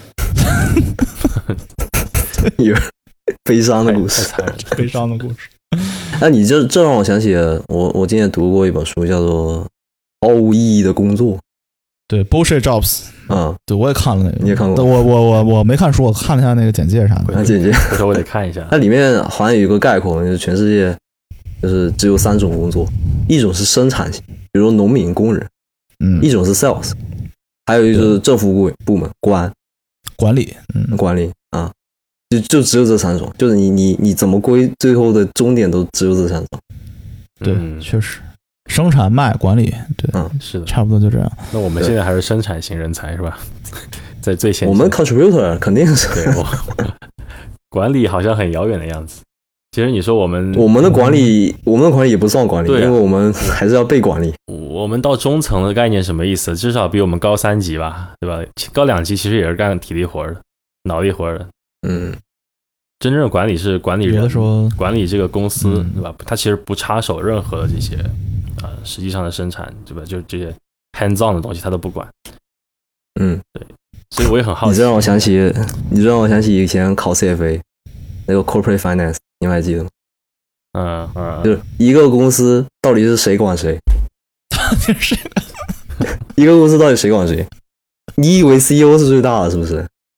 悲伤的故事， 悲伤的故事。 那你这让我想起了我今天读过一本书，叫做《毫无意义的工作》。 对 ，bullshit jobs。对，我也看了那个。 你也看过？ 我没看书，我看了一下那个简介啥的。 简介， 回头我得看一下。 它里面好像有一个概括，就是全世界就是只有3种工作，一种是生产型，比如农民、工人；一种是 sales， 还有一个就是政府部门管理啊。就只有这3种，就是你怎么最后的终点都只有这3种。 对，确实，生产、卖、管理，对， 是的， 差不多就这样。 那我们现在还是生产型人才是吧？在最前线， 我们 contributor 肯定是。 对，管理好像很遥远的样子。其实你说我们的管理也不算管理，因为我们还是要被管理。 我们到中层的概念什么意思？至少比我们高3级吧，对吧？高2级其实也是干体力活的、脑力活的。真正的管理是管理人，管理这个公司，对吧？他其实不插手任何的这些实际上的生产，对吧？就这些 hands on 的东西他都不管。对，所以我也很好奇。 你这让我想起以前考 CFA 那个 corporate finance， 你们还记得吗？就是一个公司到底是谁管谁？一个公司到底谁管谁？你以为 CEO 是最大的，是不是？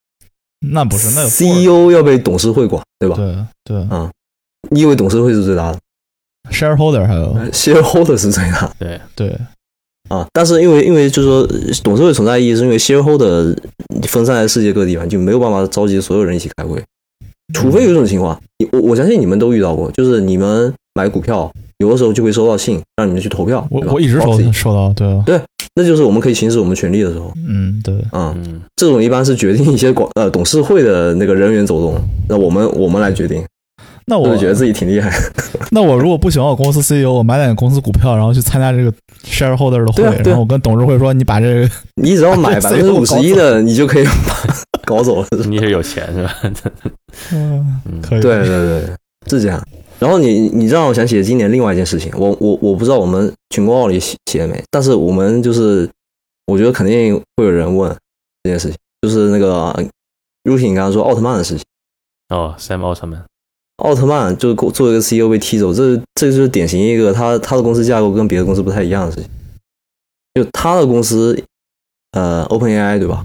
那不是，那有 CEO 要被董事会管，对吧？ 对， 你以为董事会是最大的 ？shareholder 还有 shareholder 是最大的， 对。 但是因为就是说董事会存在意义是因为 shareholder 分散在世界各地嘛，就没有办法召集所有人一起开会，除非有一种情况，我相信你们都遇到过，就是你们买股票有的时候就会收到信让你们去投票， 我一直收到， 对，那就是我们可以行使我们权利的时候， 对， 这种一般是决定一些董事会的那个人员走动，那我们来决定。 那我觉得自己挺厉害。 那我如果不喜欢我公司 CEO， 我买点公司股票，然后去参加这个 shareholder 的会，然后我跟董事会说，你把这个， 你只要买51%的，你就可以搞走了。 你是有钱是吧？ 可以。 对，是这样。然后你让我想起了今年另外一件事情，我不知道我们群公号里写没，但是我们就是我觉得肯定会有人问这件事情，就是那个 Ruki 你刚刚说奥特曼的事情。 Sam 奥特曼。 奥特曼就作为一个 CEO 被踢走，这就是典型一个他的公司架构跟别的公司不太一样的事情。就他的公司OpenAI 对吧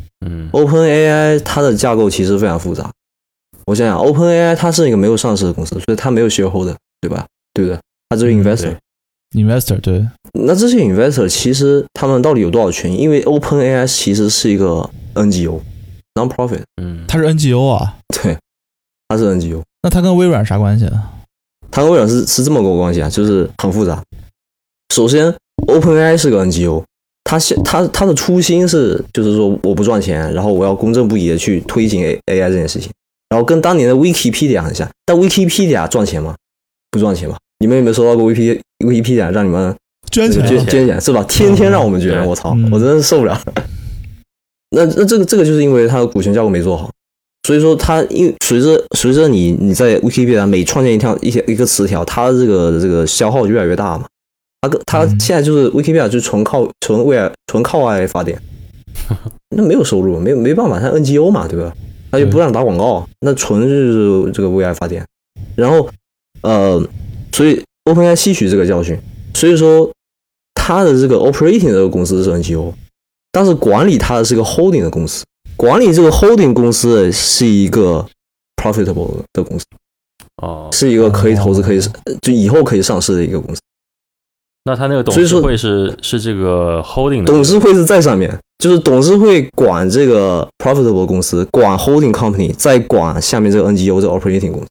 ？OpenAI 它的架构其实非常复杂。我想想 ，OpenAI 它是一个没有上市的公司，所以它没有 shareholder 对吧？对不对？它只有 investor。investor 对。 那这些 investor 其实他们到底有多少权益？因为 OpenAI 其实是一个 NGO，non-profit。 它是 NGO 啊？ 对，它是 NGO。 那它跟微软啥关系啊？ 它跟微软是这么个关系啊，就是很复杂。首先 ，OpenAI 是个 NGO， 它的初心是就是说我不赚钱，然后我要公正不移的去推行 AI 这件事情，然后跟当年的 Wikipedia 很像。但 Wikipedia 赚钱吗？不赚钱吧？你们有没有收到过 Wikipedia 让你们捐钱是吧？天天让我们捐，我操，我真的受不了。那这个就是因为它的股权架构没做好。所以说，它随着你在 Wikipedia 每创建一个词条，它这个消耗就越来越大嘛。它现在就是 Wikipedia 就纯靠爱发电，那没有收入，没办法，它 NGO 嘛，对吧？它就不让打广告，那纯就是这个为爱发电。然后所以 OpenAI 吸取这个教训，所以说它的这个 operating 这个公司是 NGO， 但是管理它的是个 holding 的公司。管理这个 holding 公司是一个 profitable 的公司，是一个可以投资、就以后可以上市的一个公司。 那他那个董事会是这个 holding 的， 董事会是在上面，就是董事会管这个 profitable 公司，管 holding company， 再管下面这个 NGO 这个 operating 公司。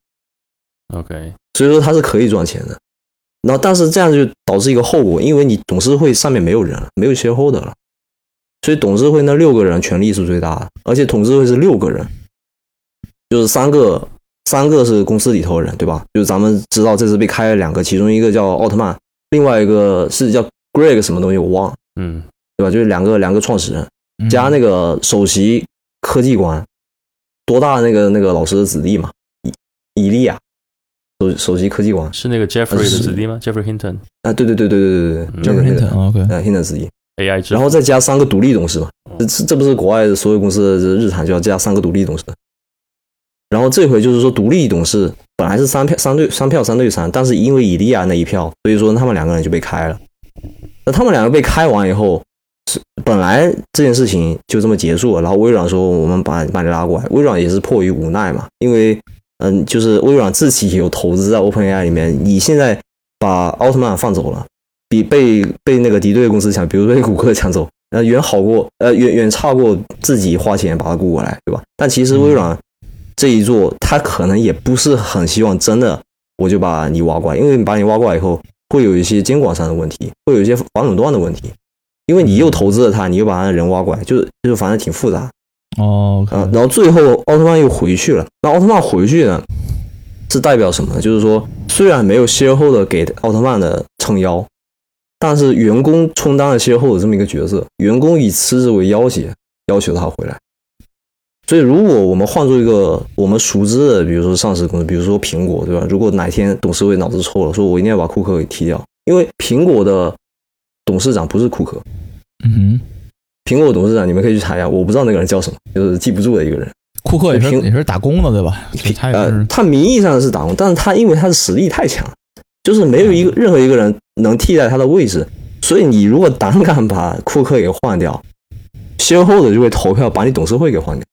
OK， 所以说它是可以赚钱的。然后，但是这样就导致一个后果，因为你董事会上面没有人了，没有 shareholder 了。所以董事会那6个人权力是最大的，而且董事会是6个人，就是三个是公司里头的人，对吧？就是咱们知道这次被开了2个，其中一个叫奥特曼，另外一个是叫 Greg 什么东西我忘了，对吧？就是两个创始人加那个首席科技官，多大那个老师的子弟嘛，以利亚，首席科技官是那个 Jeffrey 的子弟吗 ？Jeffrey Hinton 啊，对 ，Jeffrey Hinton，OK， Hinton 子弟。 AI 然后再加3个独立董事嘛，这不是国外的所有公司的日产就要加3个独立董事。然后这回就是说独立董事本来是3票3对3，但是因为以利亚那一票，所以说他们2个人就被开了。那他们2个被开完以后，本来这件事情就这么结束了。然后微软说我们把你拉过来，微软也是迫于无奈嘛，因为就是微软自己有投资在 OpenAI 里面，你现在把奥特曼放走了。比被那个敌对的公司抢，比如被谷歌抢走，远差过自己花钱把它雇过来，对吧？但其实微软这一做，他可能也不是很希望真的我就把你挖过来，因为把你挖过来以后，会有一些监管上的问题，会有一些反垄断的问题，因为你又投资了他，你又把他人挖过来，就反正挺复杂。然后最后奥特曼又回去了，那奥特曼回去呢，是代表什么呢？就是说，虽然没有 shareholder 给奥特曼的撑腰。但是员工充当了shareholder这么一个角色，员工以辞职为要挟，要求他回来。所以如果我们换做一个我们熟知的，比如说上市公司，比如说苹果，对吧？如果哪天董事会脑子抽了，说我一定要把库克给踢掉，因为苹果的董事长不是库克。苹果董事长你们可以去查一下，我不知道那个人叫什么，就是记不住的一个人。 库克也是打工的，对吧？ 他名义上是打工，但是他因为他的实力太强。就是没有任何一个人能替代他的位置，所以你如果胆敢把库克给换掉，shareholder就会投票把你董事会给换掉。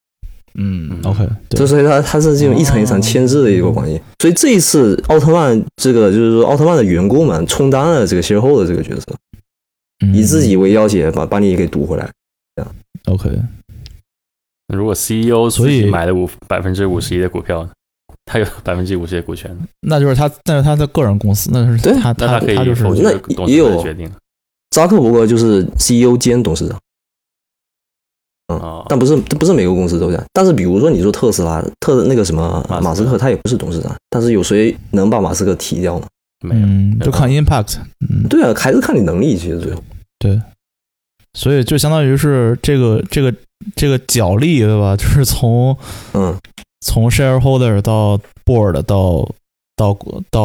OK， 就所以它是这种一层一层牵制的一个关系。所以这一次奥特曼这个就是说奥特曼的员工们充当了这个shareholder的这个角色，以自己为要挟把你给读回来。这样 OK。 如果 CEO 自己买了51%的股票，他有50%的股权， 那就是他的个人公司，那是他可以就是否决董事会的决定。 扎克伯格就是 CEO 兼董事长。但不是每个公司都这样。但是比如说你说特斯拉那个什么马斯克，他也不是董事长，但是有谁能把马斯克提掉呢？ 没有， 就看 impact。 对啊，还是看你能力，其实最后。 对，所以就相当于是这个角力，对吧？就是从 shareholder 到 board 到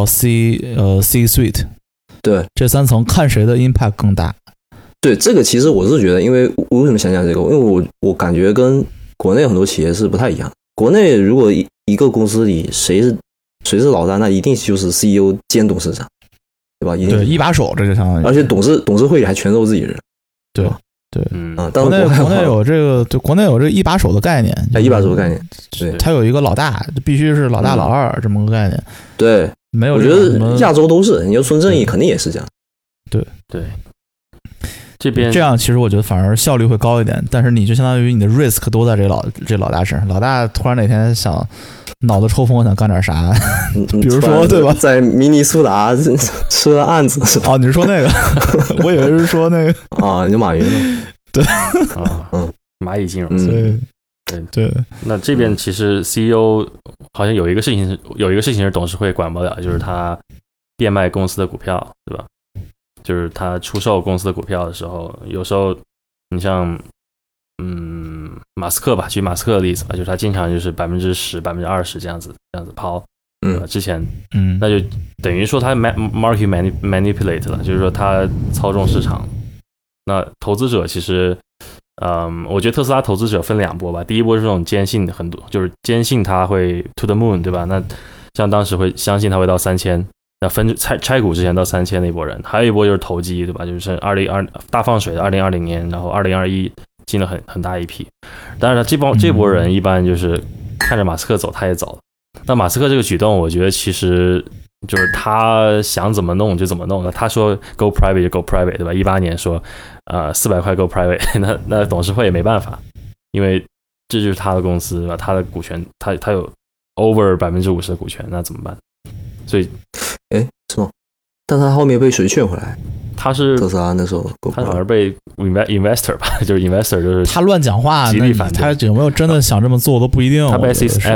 C-suite， 对， 这3层看谁的 impact 更大。 对，这个其实我是觉得，因为我为什么想讲这个？因为我感觉跟国内很多企业是不太一样。国内如果一个公司里谁是老大，那一定就是 CEO 兼董事长，对吧？ 对，一把手，这就相当于。 而且董事会里还全都是自己人。 对。 但是国内有这个，就国内有这个一把手的概念， 一把手的概念，对， 它有一个老大，必须是老大老二这么个概念。 对， 没有， 我觉得亚洲都是，你要孙正义肯定也是这样。 对，这边这样其实我觉得反而效率会高一点，但是你就相当于你的 risk 都在这老大身上，老大突然哪天想脑子抽风想干点啥，比如说对吧， 在明尼苏达吃了案子是吧？ 哦，你是说那个？我以为是说那个啊，你就马云了。 对蚂蚁金融。对。那这边其实 CEO 好像有一个事情是董事会管不了，就是他变卖公司的股票，对吧？就是他出售公司的股票的时候，有时候你像马斯克吧，举马斯克的例子吧，就是他经常就是10%、20%这样子抛，之前那就等于说他 market manipulate 了，就是说他操纵市场。那投资者其实我觉得特斯拉投资者分2波吧，第一波是这种坚信很多，就是坚信他会 to the moon， 对吧？那像当时会相信他会到3000。那拆股之前到3000那波人，还有一波就是投机，对吧？就是大放水的2020年，然后2021进了很大一批。当然了，这波人一般就是看着马斯克走，他也走了。那马斯克这个举动，我觉得其实就是他想怎么弄就怎么弄。他说 go private 就 go private， 对吧？18年说400块 go private， 那董事会也没办法，因为这就是他的公司，对吧？他的股权，他有 over 50%的股权，那怎么办？所以， 是吗？但他后面被谁劝回来？ 他是特斯拉那时候， 他好像被 investor 吧，就是 investor 就是他乱讲话， 极力反对。 他有没有真的想这么做都不一定。 他被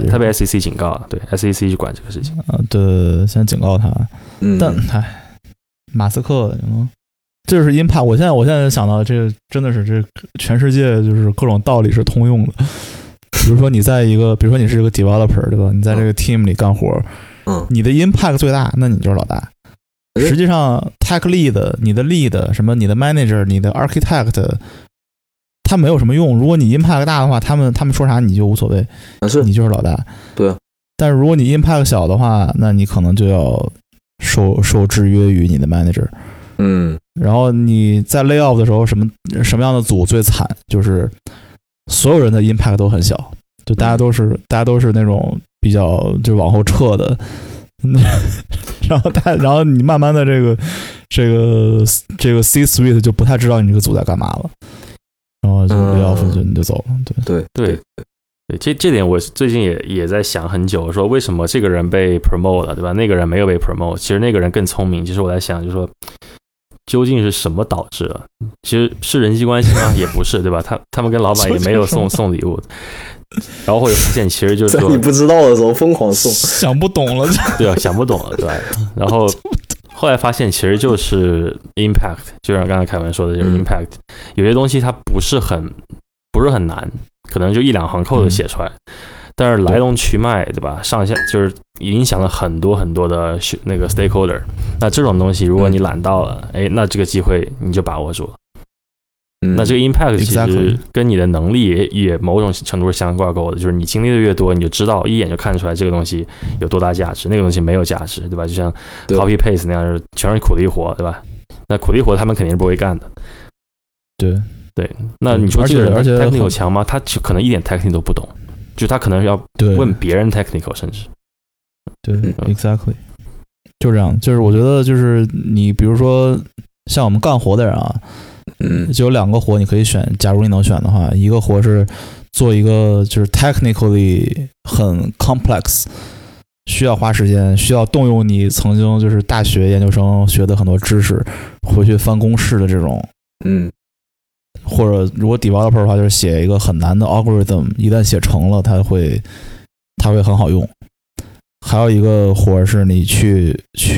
SEC 警告了，对 SEC 去管这个事情。 对，先警告他。但马斯克，这是 impact。我现在想到这个真的是这全世界就是各种道理是通用的。比如说你在比如说你是一个 developer， 对吧？你在这个 team 里干活。你的 impact 最大，那你就是老大。实际上 tech lead 你的 lead 什么你的 manager 你的 architect 他没有什么用，如果你 impact 大的话，他们说啥你就无所谓，你就是老大。 对。但是如果你 impact 小的话，那你可能就要受制约于你的 manager。然后你在 lay off 的时候，什么样的组最惨？就是所有人的 impact 都很小，就大家都是那种比较就往后撤的。然后你慢慢的这个 C-suite 就不太知道你这个组在干嘛了，然后就要分就你就走了。 对，这点我最近也在想很久，说为什么这个人被 promote 了，对吧？那个人没有被 promote， 其实那个人更聪明。其实我在想，就是说究竟是什么导致了？其实是人际关系吗？也不是，对吧？他们跟老板也没有送礼物。然后会发现，其实就是说， 在你不知道的时候疯狂送， 想不懂了， 对啊，想不懂了，对。然后后来发现，其实就是 impact， 就像刚才凯文说的，就是 impact。有些东西它不是很难，可能就1-2行扣就写出来，但是来龙去脉，对吧？上下就是影响了很多很多的那个 stakeholder。那这种东西，如果你揽到了，那这个机会你就把握住了。那这个 impact 其实跟你的能力也某种程度是相挂钩的，就是你经历的越多，你就知道一眼就看出来这个东西有多大价值，那个东西没有价值，对吧？就像 copy paste 那样，全是苦力活，对吧？那苦力活他们肯定是不会干的。对，那你说这个人 technical 强吗？他可能一点 technical 都不懂， 就他可能要问别人 technical， 甚至对 exactly 就这样。就是我觉得就是你比如说像我们干活的人啊，就有2个活你可以选，假如你能选的话，一个活是做一个就是 technically 很 complex， 需要花时间，需要动用你曾经就是大学研究生学的很多知识回去翻公式的这种，或者如果 developer 的话，就是写一个很难的 algorithm， 一旦写成了，它会很好用。还有一个活是你去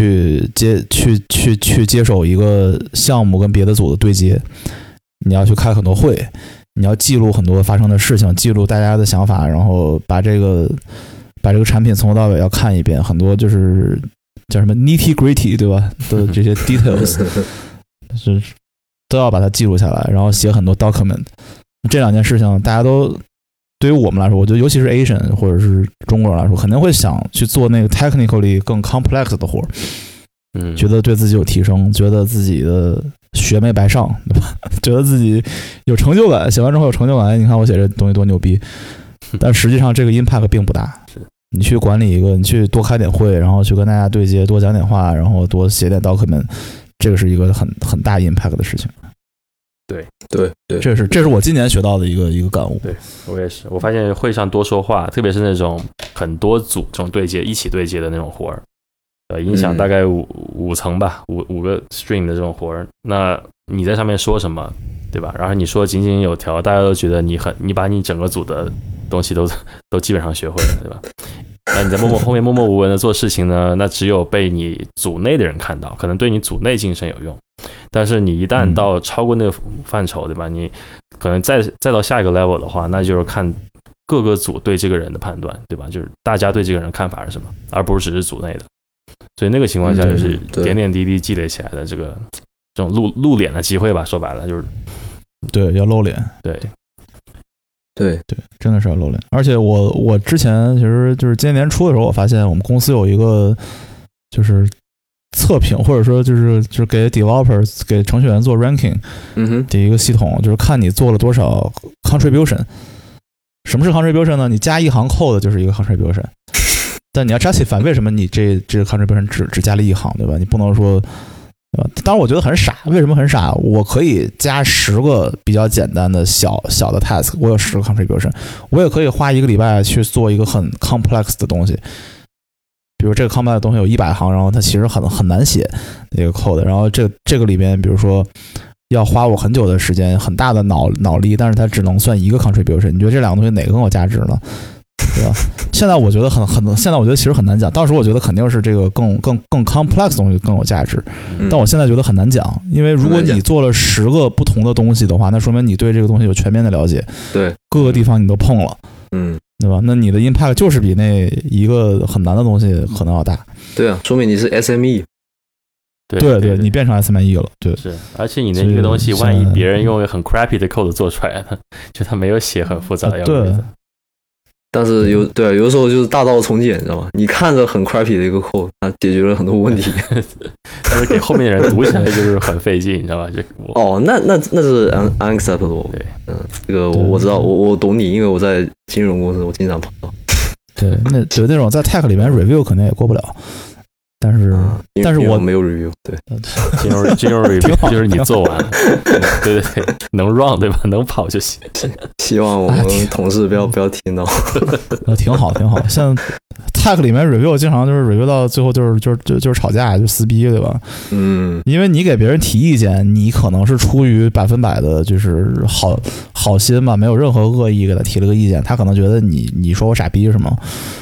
接手一个项目跟别的组的对接，你要去开很多会，你要记录很多发生的事情，记录大家的想法，然后把这个产品从头到尾要看一遍，很多就是叫什么 nitty gritty 对吧的这些 details 是都要把它记录下来，然后写很多 document。 这2件事情大家都对于我们来说，我觉得尤其是 Asian 或者是中国人来说，肯定会想去做那个 technically 更 complex 的活，觉得对自己有提升，觉得自己的学没白上，对吧？觉得自己有成就感，写完之后有成就感，你看我写这东西多牛逼。但实际上这个 impact 并不大。你去管理一个，你去多开点会，然后去跟大家对接，多讲点话，然后多写点 document， 这个是一个很大 impact 的事情。 对， 这是我今年学到的一个感悟。 对，我也是，我发现会上多说话，特别是那种很多组这种对接一起对接的那种活儿，影响大概五层吧，五个 stream 的这种活儿，那你在上面说什么，对吧？然后你说井井有条，大家都觉得你把你整个组的东西都基本上学会了，对吧？那你在后面默默无闻的做事情呢，那只有被你组内的人看到，可能对你组内晋升有用。但是你一旦到超过那个范畴，对吧？你可能再到下一个 level 的话，那就是看各个组对这个人的判断，对吧？就是大家对这个人的看法是什么，而不是只是组内的。所以那个情况下，就是点点滴滴积累起来的这种露脸的机会吧。说白了就是， 对，要露脸， 对， 真的是要露脸。而且我之前其实就是今年年初的时候，我发现我们公司有一个就是测评，或者说就是给 developers 给程序员做 ranking 的一个系统，就是看你做了多少 contribution。什么是 contribution 呢？你加一行 code 就是一个 contribution， 但你要 justify 为什么你这个 contribution 只加了一行，对吧？你不能说。当然我觉得很傻，为什么很傻？我可以加10个比较简单的小的 task， 我有10个 contribution， 我也可以花1个礼拜去做一个很 complex 的东西，比如这个 complex 的东西有100行，然后它其实很难写那个 code， 然后这个里边比如说要花我很久的时间，很大的脑力，但是它只能算1个 contribution， 你觉得这2个东西哪个更有价值呢？对吧？现在我觉得现在我觉得其实很难讲。当时我觉得肯定是这个更 complex 的东西更有价值，但我现在觉得很难讲，因为如果你做了10个不同的东西的话，那说明你对这个东西有全面的了解， 对， 各个地方你都碰了，对吧？那你的 impact 就是比那一个很难的东西可能要大。 对啊，说明你是 SME。 对， 你变成 SME 了，对， 是，而且你那个东西，万一别人用很 crappy 的 code 做出来的，就他没有写很复杂的对。但是有的时候就是大道从简，你知道吗？你看着很 crappy 的一个 code， 它解决了很多问题， 但是给后面的人读起来就是很费劲，你知道吧？ 那是 unacceptable。对，这个我知道，我懂你，因为我在金融公司，我经常碰到。 对，那种在 tech 里面 review 可能也过不了。但是我没有 review， 对， 金融 review 就是你做完，对，能 run 对吧？能跑就行。 希望我们同事不要听到。 挺好。像 tech 里面 review 经常就是 review 到最后就是吵架，就撕逼，对吧？因为你给别人提意见，你可能是出于100%的就是好心吧，没有任何恶意给他提了个意见，他可能觉得你说我傻逼是吗？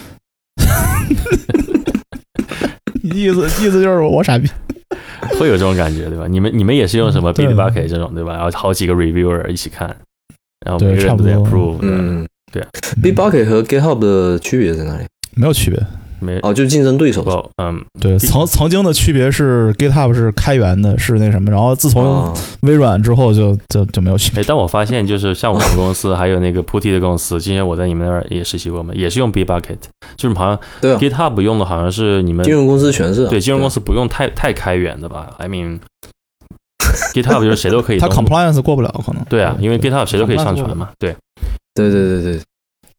意思就是我傻逼， 会有这种感觉对吧？你们也是用什么 Bitbucket 这种对吧？然后好几个 reviewer 一起看，然后每个人都 approve。对。 Bitbucket 和 GitHub 的区别在哪里？ 没有区别。 就是竞争对手。 对，曾经的区别是 GitHub 是开源的，是那什么，然后自从微软之后就没有区别。 但我发现就是像我们公司还有那个 Putty 的公司，之前我在你们那儿也实习过嘛，也是用 Bitbucket， 就是好像 GitHub 用的好像是你们金融公司全是。 对，金融公司不用太开源的吧 ？I mean GitHub 就是谁都可以， 它 compliance 过不了可能。 对啊，因为 GitHub 谁都可以上传嘛。对。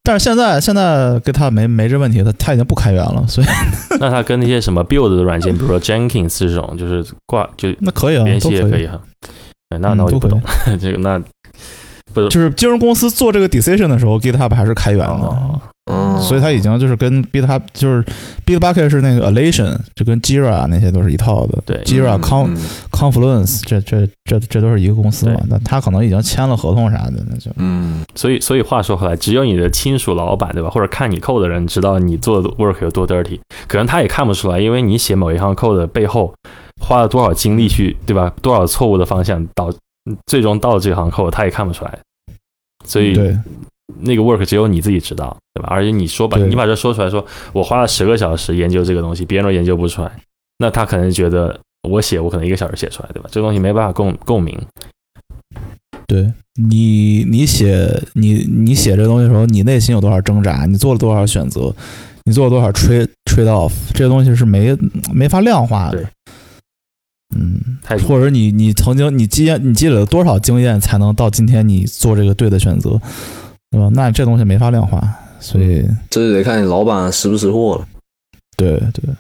但是现在 GitHub 没这问题，它已经不开源了，所以那它跟那些什么 build 的软件，比如说 Jenkins 这种，就是那可以啊， 联系也可以哈。那我就不懂这个那。不就是金融公司做这个 decision 的时候 ，GitHub 还是开源的，所以它已经就是跟 GitHub 就是 Bitbucket 是那个 Atlassian， 就跟 Jira 那些都是一套的。 对 ，Jira、Confluence 这都是一个公司嘛，那他可能已经签了合同啥的，那就所以话说回来，只有你的亲属老板对吧，或者看你 code 的人知道你做的 work 有多 dirty， 可能他也看不出来，因为你写某一行 code 的背后花了多少精力去对吧，多少错误的方向最终到了这行 code， 他也看不出来，所以那个 work 只有你自己知道，对吧？而且你把这说出来说，我花了10个小时研究这个东西，别人都研究不出来，那他可能觉得我可能1个小时写出来，对吧？这个东西没办法共鸣。 对你写这个东西的时候，你内心有多少挣扎，你做了多少选择，你做了多少 trade off， 这个东西是没法量化的。 对。 或者你曾经你积累了多少经验才能到今天你做这个对的选择，对吧？那这东西没法量化，所以这就得看你老板识不识货了。 对，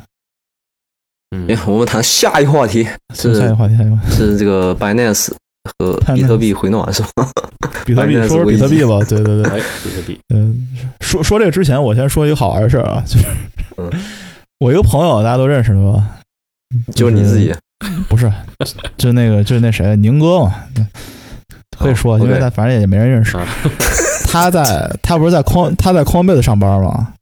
我们谈下一个话题，是这个 Binance 和比特币回暖是吧？ 比特币说比特币吧，对， 比特币。 说这个之前，我先说一个好玩的事儿啊，就是我一个朋友大家都认识的吧， 就是你自己。 不是，就是那谁，宁哥嘛，可以说，因为他反正也没人认识。他不是在Coinbase 上班吗？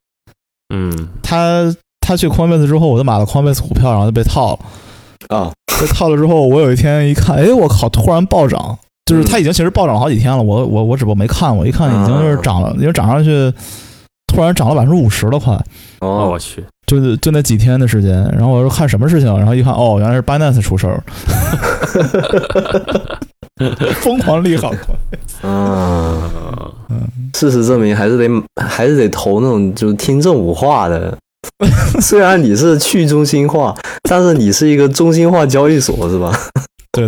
他去 Coinbase 之后，我就买了 Coinbase 股票，然后就被套了。啊，被套了之后，我有一天一看，哎，我靠，突然暴涨，就是它已经其实暴涨了好几天了，我只不过没看，我一看已经就是涨了，因为涨上去，突然涨了50%了，快。 哦，我去。 就那几天的时间，然后我说看什么事情，然后一看，原来是 Binance 出事儿，疯狂利好。 事实证明还是得投那种就是听政府话的。虽然你是去中心化，但是你是一个中心化交易所是吧？ 对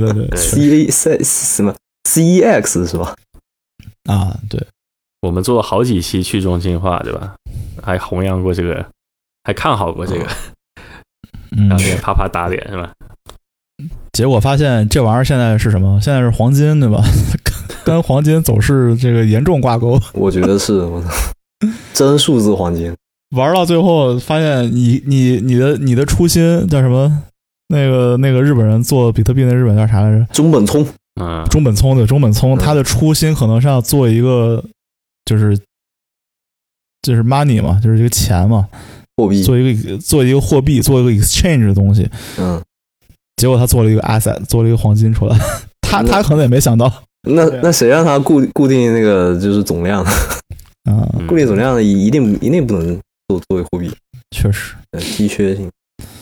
CEX 是吧？ 啊，对， 我们做了好几期去中心化，对吧？还弘扬过这个。还看好过这个，然后啪啪打脸是吧？ 结果发现这玩意儿现在是什么？现在是黄金对吧？跟黄金走势这个严重挂钩。 我觉得是，真数字黄金。 玩到最后发现你的初心叫什么？那个日本人做比特币那日本叫啥来着？ 中本聪。 中本聪对中本聪，他的初心可能是要做一个就是 money 嘛，就是这个钱嘛。 货币做一个货币，做一个 exchange 的东西，结果他做了一个 asset， 做了一个黄金出来，他可能也没想到。 那谁让他固定那个就是总量固定总量的一定不能作为货币， 确实稀缺性。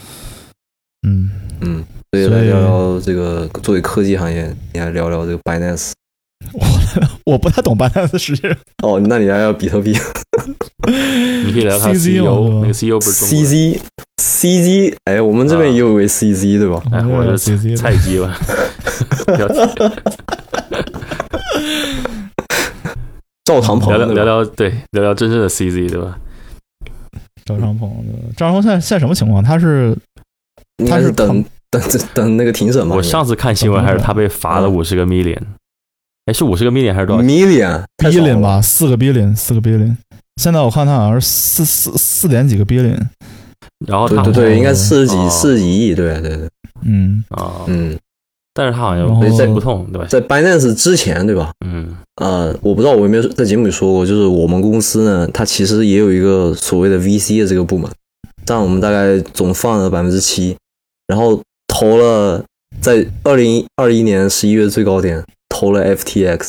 所以来聊聊这个作为科技行业，你还聊聊这个 Binance。 我不太懂 Binance 实际上。 那你来聊比特币。 你可以聊他 CEO， 那个 CEO 不是中国人 CZ， 哎，我们这边也有一位 CZ 对吧？ 我是 CZ 菜鸡吧。 赵长鹏聊聊真正的 CZ 对吧？ 赵长鹏现在什么情况？他是等那个庭审吗？ 我上次看新闻还是他被罚了50个 million。是50个 million 还是多少 million 吧？4个 billion。现在我看他好像是4点几个 billion。 然后对，应该40几亿，对。 但是他好像不痛，对吧？ 在 Binance 之前，对吧？我不知道我有没有在节目里说过，就是我们公司呢，它其实也有一个所谓的 VC 的这个部门，占我们大概总放了7%，然后投了在2021年11月最高点。投了 FTX，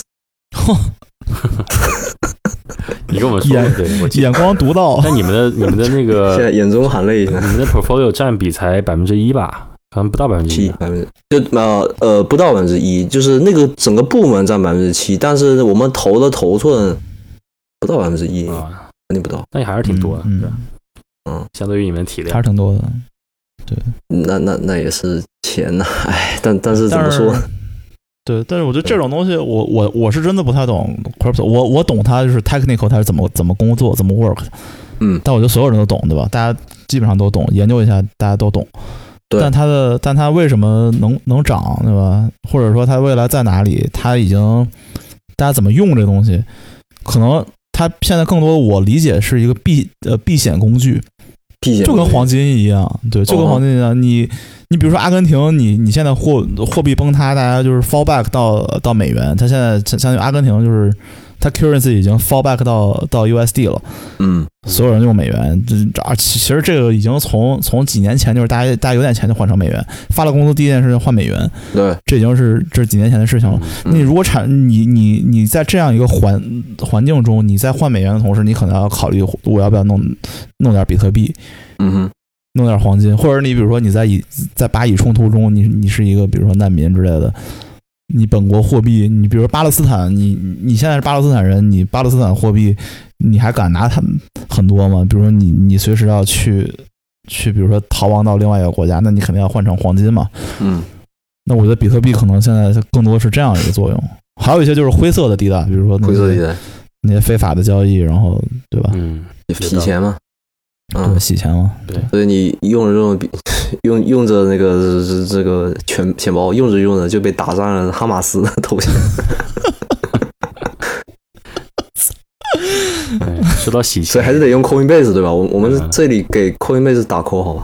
你跟我们说，对， 眼光独到。 那你们的那个现在眼中含泪， 你们的 portfolio 占比才1%吧？可能不到1%， 就不到1%，就是那个整个部门占7%，但是我们投的头寸不到1%，肯定不到。 那也还是挺多的，对吧？相对于你们体量还是挺多的。对， 那也是钱呐，哎，但是怎么说？ 对，但是我觉得这种东西，我是真的不太懂 crypto， 我懂它就是 technical， 它是怎么工作，怎么 work， 但我觉得所有人都懂，对吧？大家基本上都懂，研究一下大家都懂。 对， 但它为什么能涨，对吧？或者说它未来在哪里？它已经大家怎么用这东西？可能它现在更多我理解是一个避险工具。就跟黄金一样，对，就跟黄金一样。你比如说阿根廷，你现在货币崩塌，大家就是 fall back 到美元，它现在相当于阿根廷就是它 currency 已经 fall back 到 USD 了，所有人用美元。其实这个已经从几年前就是大家有点钱就换成美元，发了工资第一件事就换美元，对，这是几年前的事情了。你如果你在这样一个环境中，你在换美元的同时，你可能要考虑我要不要弄点比特币，弄点黄金，或者你比如说你在巴以冲突中，你是一个比如说难民之类的。你本国货币，你比如巴勒斯坦，你现在是巴勒斯坦人，你巴勒斯坦货币，你还敢拿它很多吗？比如说你随时要去，比如说逃亡到另外一个国家，那你肯定要换成黄金嘛。那我觉得比特币可能现在更多是这样一个作用，还有一些就是灰色的地带，比如说灰色地带那些非法的交易，然后对吧？ 洗钱嘛。 对，洗钱嘛。 对，所以你用着那个这个钱包，用着就被打上了哈马斯的头像。 说到洗钱， 所以还是得用 Coinbase 对吧？我们这里给 Coinbase 打 call 好吧？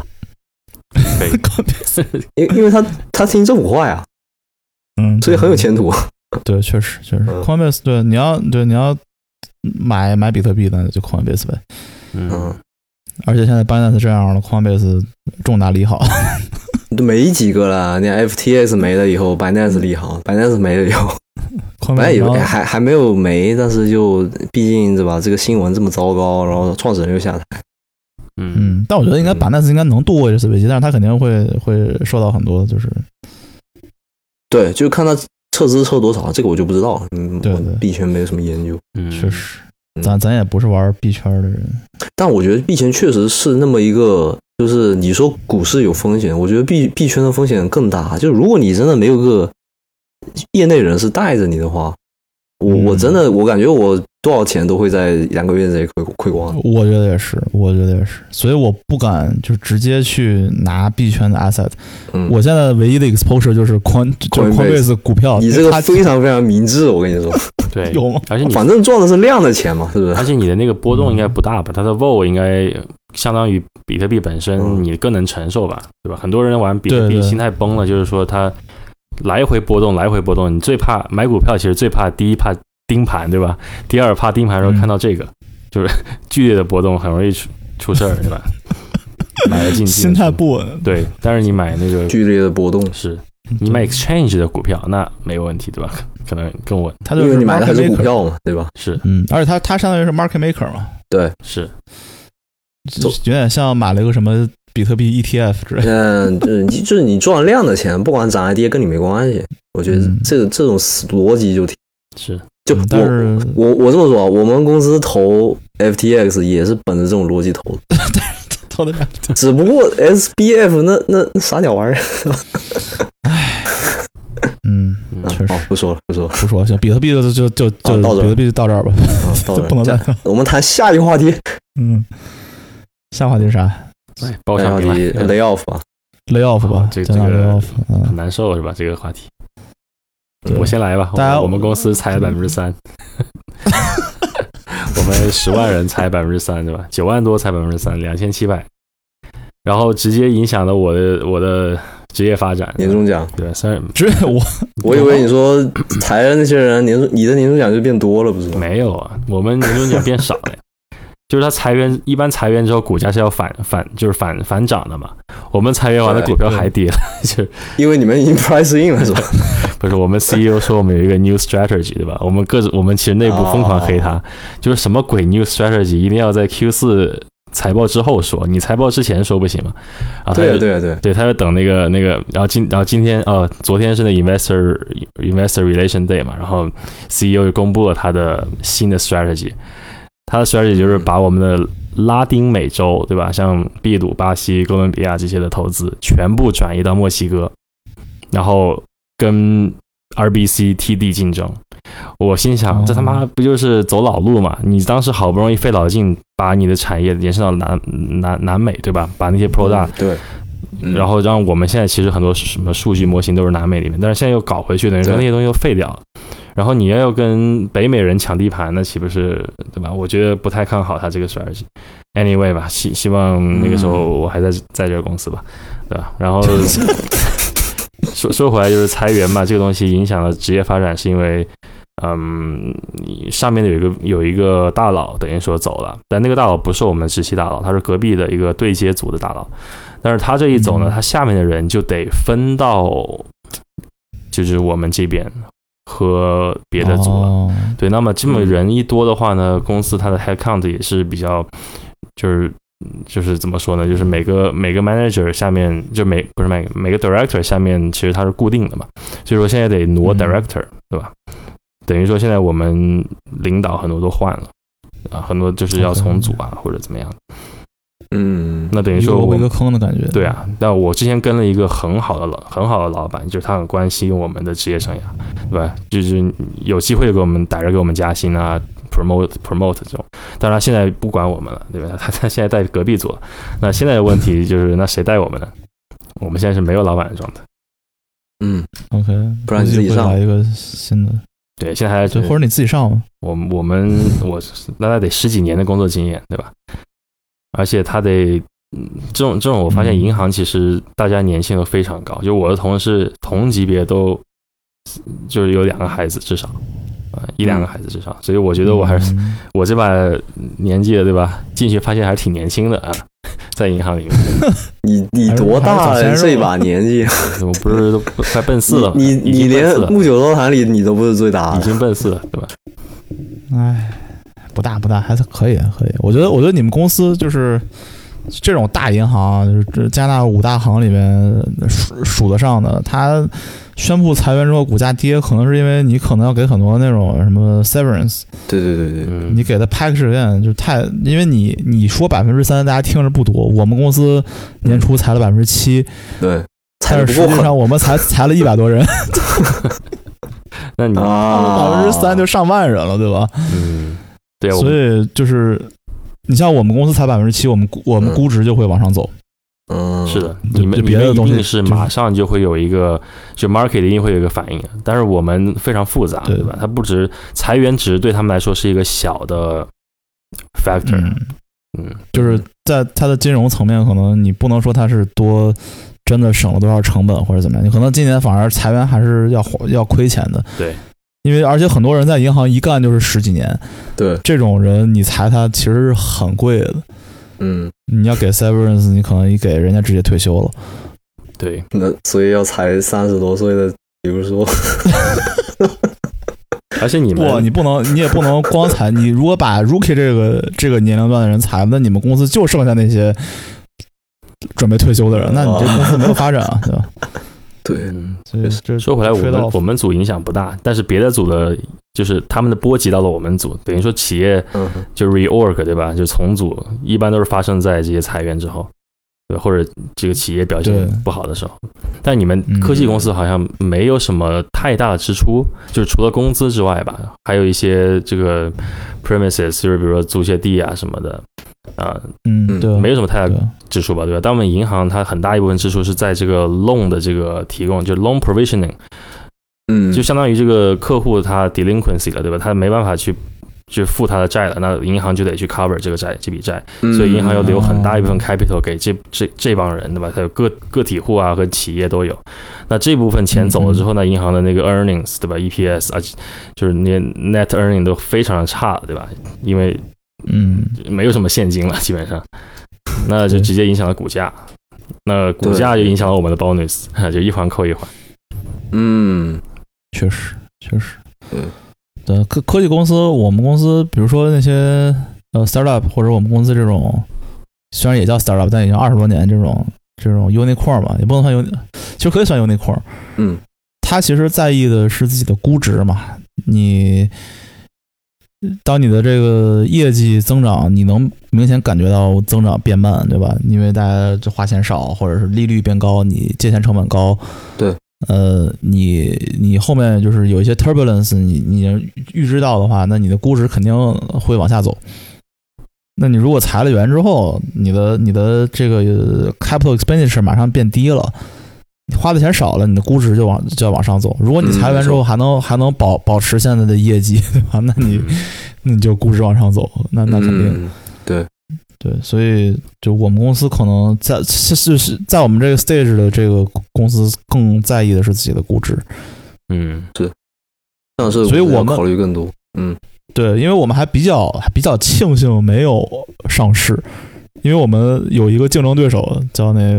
因为他听政府话呀，所以很有前途。 对，确实 Coinbase 对你要买比特币的就 Coinbase 呗。而且现在 Binance 这样了 ，Coinbase 重大利好。 都没几个了，你 FTX 没了以后 ，Binance 利好 ，Binance 没了以后，Binance 还没有没，但是就毕竟对吧？这个新闻这么糟糕，然后创始人又下台。 但我觉得Binance 应该能度过这次危机，但是他肯定会受到很多就是。 对，就看他撤资撤多少，这个我就不知道。 对， 币圈没有什么研究。 确实。咱也不是玩币圈的人， 但我觉得币圈确实是那么一个，就是你说股市有风险，我觉得币圈的风险更大。就如果你真的没有个业内人士带着你的话，我真的我感觉我多少钱都会在2个月内亏光。 我觉得也是，所以我不敢就直接去拿币圈的 asset。我现在唯一的 exposure 就是 Coinbase 股票。 你这个非常非常明智，我跟你说。 对， 有吗？ 而且反正赚的是量的钱嘛，是不是？ 而且你的那个波动应该不大吧？它的 vol 应该相当于比特币本身，你更能承受吧？对吧？很多人玩比特币心态崩了，就是说它来回波动。你最怕买股票，其实最怕第一怕盯盘，对吧？第二怕盯盘的时候看到这个，就是剧烈的波动，很容易出事儿，对吧？买了进去， 心态不稳。 对，但是你买那个剧烈的波动是。你买 exchange 的股票那没有问题，对吧？可能更稳。 它就是因为你买的还是股票嘛，对吧？ 是， 而且它相当于是 market maker 嘛。 对， 是， 有点像买了一个什么比特币 ETF 之类的。 就是你赚量的钱，不管涨还跌跟你没关系。我觉得这种逻辑就是。就我这么说啊，我们公司投 FTX 也是本着这种逻辑投的。 投的， 只不过 SBF 那傻屌玩意儿。 确实不说了， 行，比特币就到这，比特币就到这儿吧，就不能再。 我们谈下一个话题。 下话题是啥？ 下话题 lay off 吧。 lay off 吧， 这个 lay off 很难受是吧？这个话题。我先来吧。我们公司裁3%，我们10万人裁3%，对吧？9万多裁3%，2700，然后直接影响了我的职业发展。 年终奖， 对， 我以为你说裁了那些人，你的年终奖就变多了，不是吗？ 没有啊，我们年终奖变少了。就是他裁员，一般裁员之后股价是要反涨的嘛。我们裁员完了，股票还跌了，就因为你们已经 price in 了，是吧？ 不是，我们 CEO 说我们有一个 new strategy， 对吧？我们其实内部疯狂黑他，就是什么鬼 new strategy， 一定要在 Q4 财报之后说，你财报之前说不行吗？然后对，他就等那个，然后今天昨天是那 investor relation day 嘛，然后 CEO 就公布了他的新的 strategy。他的 strategy 就是把我们的拉丁美洲，对吧？像秘鲁、巴西、哥伦比亚这些的投资全部转移到墨西哥，然后跟 RBC TD 竞争。我心想，这他妈不就是走老路嘛？你当时好不容易费老劲把你的产业延伸到南美，对吧？把那些 Product 对。 然后让我们现在其实很多什么数据模型都是南美里面，但是现在又搞回去，等于说那些东西又废掉了。然后你要跟北美人抢地盘，那岂不是对吧？我觉得不太看好他这个strategy。Anyway 吧，希望那个时候我还在这个公司吧，对吧？然后说回来就是裁员嘛，这个东西影响了职业发展，是因为上面有一个大佬等于说走了，但那个大佬不是我们直系大佬，他是隔壁的一个对接组的大佬。但是他这一走呢，他下面的人就得分到就是我们这边和别的组了。对，那么这么人一多的话呢，公司它的 headcount 也是比较就是怎么说呢？就是每个 manager 下面就每个 director 下面其实它是固定的嘛，所以说现在得挪 director，对吧？等于说现在我们领导很多都换了啊，很多就是要重组啊或者怎么样。那等于说我一个坑的感觉。 对啊，但我之前跟了一个很好的老板，就是他很关心我们的职业生涯，对吧？就是有机会给我们给我们加薪啊 ，promote 这种。当然现在不管我们了，对吧？他现在在隔壁做。那现在的问题就是，那谁带我们呢？我们现在是没有老板的状态。 OK， 不然你自己上来一个新的。 对，现在还或者你自己上吗？ 我那得10几年的工作经验，对吧？而且他得这种，我发现银行其实大家年薪都非常高，就我的同事同级别都就是有2个孩子至少，1-2个孩子至少，所以我觉得我这把年纪了，对吧？进去发现还是挺年轻的啊，在银行里面。 你多大了？这把年纪， 我不是都快奔4了？ 你连木九刀坛里你都不是最大的， 已经奔4了，对吧？ 哎。不大，还是可以。我觉得你们公司就是这种大银行，就是加拿大5大行里面数得上的。它宣布裁员之后股价跌，可能是因为你可能要给很多那种什么 severance。 对， 你给的 package 就太，因为你说3%，大家听着不多。我们公司年初裁了7%， 对， 但是实际上我们裁了100多人。 那你 3%就上万人了，对吧？ 对， 所以就是你像我们公司才7%，我们估值就会往上走。 是的，你们别的东西是马上就会有一个，就 market 一定会有一个反应，但是我们非常复杂，对吧？它不止裁员，只是对他们来说是一个小的 factor。 就是在它的金融层面，可能你不能说它是真的省了多少成本或者怎么样，你可能今年反而裁员还是要亏钱的。 对。 因为而且很多人在银行一干就是10几年， 对这种人你裁他其实是很贵的，你要给 severance， 你可能一给人家直接退休了， 对， 那所以要裁30多岁的，比如说， 而且你也不能光裁，你如果把 rookie 这个年龄段的人裁，那你们公司就剩下那些准备退休的人，那你这公司没有发展啊，对吧？ 对， 说回来，我们组影响不大，但是别的组的，就是他们的波及到了我们组，等于说企业就 reorg 对吧？就重组，一般都是发生在这些裁员之后，对，或者这个企业表现不好的时候。但你们科技公司好像没有什么太大的支出，就是除了工资之外吧，还有一些这个 premises， 就是比如说租些地啊什么的。 对， 没有什么太大支出吧，对吧？但我们银行它很大一部分支出是在这个 loan 的这个提供，就 loan provisioning， 就相当于这个客户他 delinquency 了，对吧？他没办法去付他的债了，那银行就得去 cover 这笔债，所以银行要留很大一部分 capital 给这帮人，对吧？它有个体户啊和企业都有。那这部分钱走了之后呢，银行的那个 earnings， 对吧 ？EPS 啊，就是那 net earning 都非常的差，对吧？因为没有什么现金了，基本上，那就直接影响了股价，那股价就影响了我们的 bonus， 就一环扣一环。 确实，对，科技公司，我们公司，比如说那些startup 或者我们公司这种，虽然也叫 startup， 但已经20多年这种 unicorn 嘛，也不能算其实可以算 unicorn。他其实在意的是自己的估值嘛，当你的这个业绩增长，你能明显感觉到增长变慢，对吧？因为大家就花钱少，或者是利率变高，你借钱成本高， 对， 你后面就是有一些 turbulence， 你预知到的话，那你的估值肯定会往下走。那你如果裁了员之后，你的这个 capital expenditure 马上变低了，你花的钱少了，你的估值就要往上走。如果你裁员之后还能保持现在的业绩，对吧？那你就估值往上走，那肯定对，所以就我们公司可能在我们这个 stage 的这个公司更在意的是自己的估值。 是，上市所以我们考虑更多。 对，因为我们还比较庆幸没有上市，因为我们有一个竞争对手叫那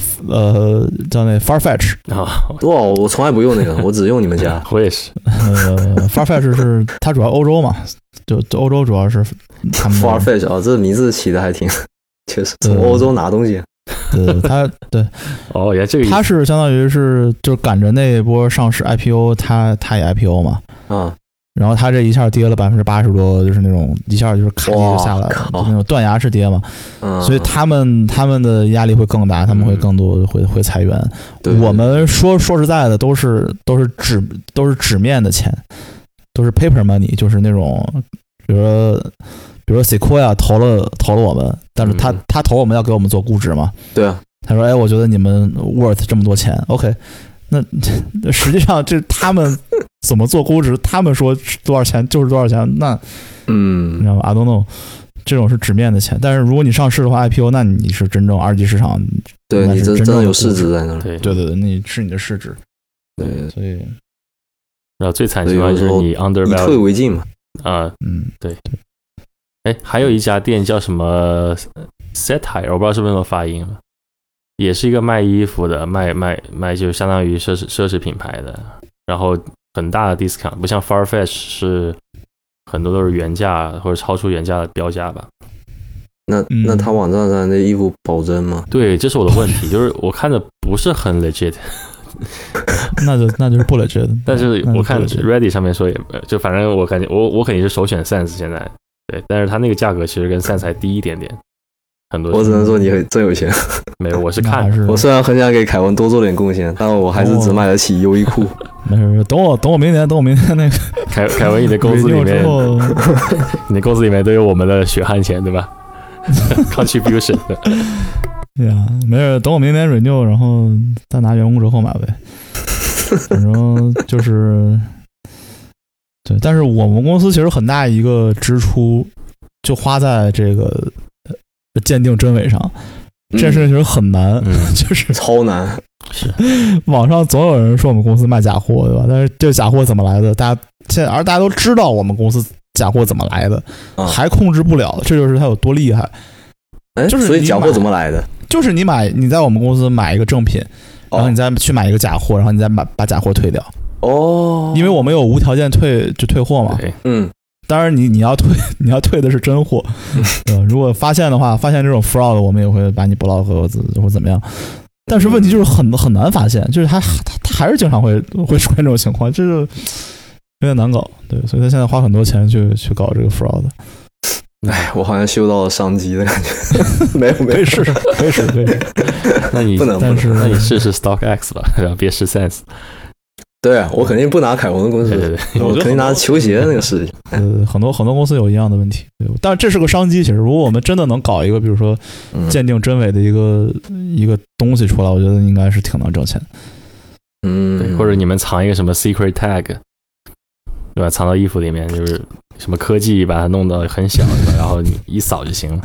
Farfetch 啊， 哇，我从来不用那个，我只用你们家。 我也是。 Farfetch 是它主要欧洲嘛，就欧洲主要是他们 Farfetch 啊，这名字起的还挺，确实从欧洲拿东西。 对，对哦，原来这个意思。 它是相当于是就赶着那一波上市 IPO， 它也 IPO 嘛啊。 然后它这一下跌了80%多，就是那种一下就是咔就下来了，就那种断崖式跌嘛。所以他们的压力会更大，他们会更多会裁员。我们说实在的，都是纸面的钱，都是 paper money， 就是那种比如说 Sequoia 投了我们，但是他投我们要给我们做估值嘛。 对啊， 他说我觉得你们 worth 这么多钱 ，OK。那实际上这他们怎么做估值？他们说多少钱就是多少钱。那你知道吗 ？I don't know， 这种是纸面的钱。但是如果你上市的话 ，IPO， 那你是真正二级市场， 对你真的有市值在那儿。 对， 那是你的市值。对，所以然后最惨的情况就是你 undervalue， 以退为进嘛。 对。还有一家店叫什么 Satire， 我不知道是不是那么发音了。也是一个卖衣服的，卖就相当于奢侈品牌的，然后很大的 discount， 不像 Farfetch 是很多都是原价或者超出原价的标价吧。 那他网站上的衣服保真吗？ 对，这是我的问题，就是我看着不是很 legit。 那就是不 legit。 但是我看 Reddit 上面说也就反正我感觉我肯定是首选 Sense 现在，对，但是他那个价格其实跟 Sense 还低一点点。很多， 我只能说你真有钱。 没有，我是看。 我虽然很想给凯文多做点贡献，但我还是只买得起优衣库。 没事，等我明年那个凯文，你的工资里面，你的工资里面都有我们的血汗钱，对吧？Contribution。 对呀，没事，等我明年 renew， 然后再拿员工折扣码呗。反正就是对，但是我们公司其实很大一个支出就花在这个鉴定真伪上，这件事情其实很难，就是超难。 是网上总有人说我们公司卖假货，对吧？但是这假货怎么来的？大家都知道我们公司假货怎么来的，还控制不了，这就是它有多厉害。就是所以假货怎么来的？ 就是你在我们公司买一个正品，然后你再去买一个假货，然后你再把假货退掉。因为我们有无条件退货嘛。当然你要退的是真货，如果发现这种 fraud， 我们也会把你 block 或者怎么样。但是问题就是很难发现，就是他还是经常会出现这种情况，这就有点难搞。对，所以他现在花很多钱去搞这个 fraud。 我好像嗅到了商机的感觉。没有， 可以试。 那你不能， 那你试试 StockX 吧，别试 Sense。 对啊，我肯定不拿凯文的公司，我肯定拿球鞋那个事情。 很多公司有一样的问题，但这是个商机。其实，如果我们真的能搞一个，比如说鉴定真伪的一个东西出来，我觉得应该是挺能挣钱。 对，或者你们藏一个什么 secret tag， 对吧？藏到衣服里面，就是什么科技把它弄得很小，然后你一扫就行了。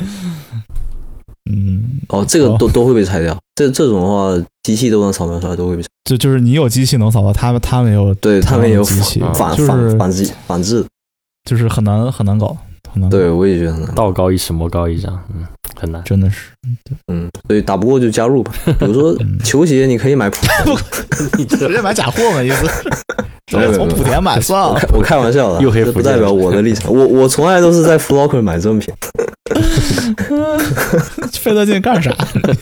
这个都会被拆掉。这种的话，机器都能扫描出来，都会被拆。 就是你有机器能扫描，他们也有， 对他们也有机器， 反制， 就是很难搞。 对，我也觉得很难。 道高一尺，魔高一丈，很难， 真的是。 所以打不过就加入吧。比如说球鞋，你可以买你直接买假货嘛，意思？从莆田买算了。 我开玩笑的，这不代表我的立场。我从来都是在 Flocker 买正品。 费这劲干啥？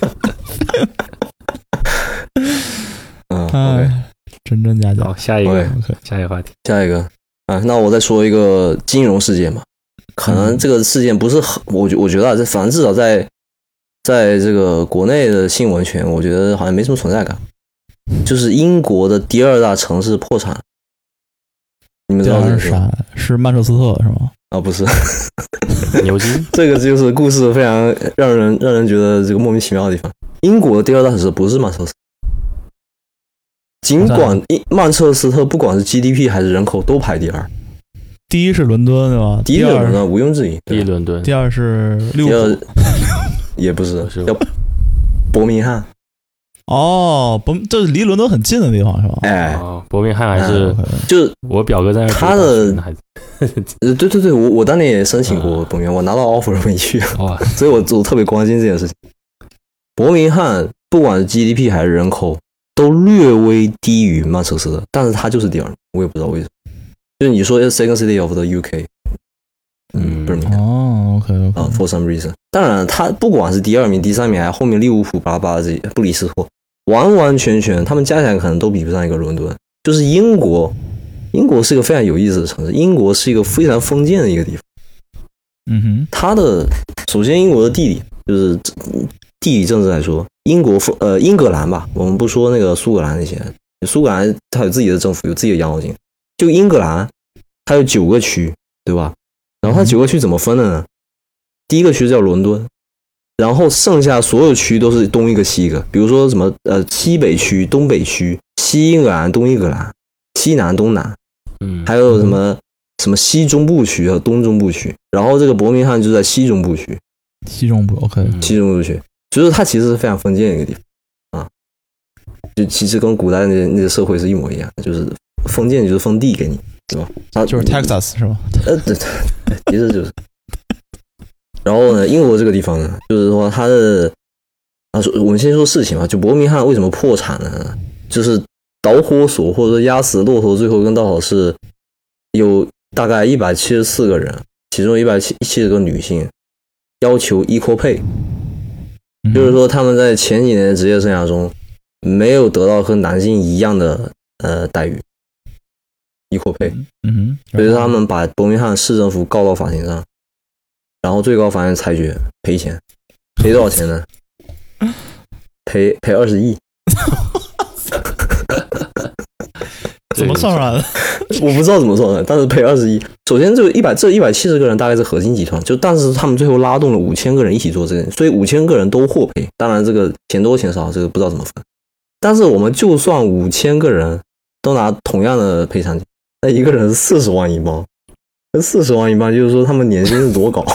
真假。 好，下一个话题。 下一个那我再说一个金融事件吧。可能这个事件不是很，我觉得反正至少在这个国内的新闻圈，我觉得好像没什么存在感。 就是英国的第2大城市破产。你们知道是啥？是曼彻斯特是吗？ 啊，不是， 牛津。 这个就是故事非常让人觉得这个莫名其妙的地方。英国的第2大城市不是曼彻斯特，尽管曼彻斯特不管是 GDP 还是人口都排第2。 第一是伦敦对吧？ 第一是伦敦，毋庸置疑。 第一伦敦， 第2是利物浦， 也不是，叫伯明翰。 哦，这离伦敦很近的地方是吧？ 哎， 伯明翰还是就是我表哥在那儿， 他的对，我当年也申请过伯明翰，我拿到 offer 没去，所以我特别关心这件事情。伯明翰不管是 GDP 还是人口都略微低于曼彻斯特，但是它就是第2名，我也不知道为什么。就是你说 second city of the UK， 伯明翰。 哦 ，OK， for some reason。当然，它不管是第2名、第3名，还后面利物浦、巴拉巴拉这些布里斯托，完完全全他们加起来可能都比不上一个伦敦。就是英国是一个非常有意思的城市，英国是一个非常封建的一个地方。它的首先英国的地理，就是地理政治来说，英格兰吧，我们不说那个苏格兰那些，苏格兰它有自己的政府，有自己的养老金。就英格兰，它有9个区，对吧？然后它9个区怎么分的呢？第一个区叫伦敦，然后剩下所有区都是东一个西一个，比如说什么西北区、东北区、西英格兰、东英格兰、西南、东南，还有什么西中部区和东中部区。然后这个伯明翰就在西中部区。 西中部 ，OK， 西中部区，所以说它其实是非常封建的一个地方啊，就其实跟古代那个社会是一模一样，就是封建就是封地给你，对吧？ 就是 Texas 是吧？ 对，其实就是。然后呢，英国这个地方呢，就是说它的我们先说事情嘛，就伯明翰为什么破产呢？就是导火索或者说压死骆驼最后一根稻草是有大概174个人，其中170个女性要求 equal pay，就是说他们在前几年的职业生涯中没有得到和男性一样的待遇 equal pay，所以他们把伯明翰市政府告到法庭上。然后最高法院裁决赔钱，赔多少钱呢？赔20亿。 怎么算出来的？ 我不知道怎么算的，但是赔20亿。首先这170个人大概是核心集团，但是他们最后拉动了5000个人一起做这个，所以5000个人都获赔。当然这个钱多钱少这个不知道怎么分。但是我们就算5000个人都拿同样的赔偿金，那一个人是40万英镑。40万英镑就是说他们年薪是多高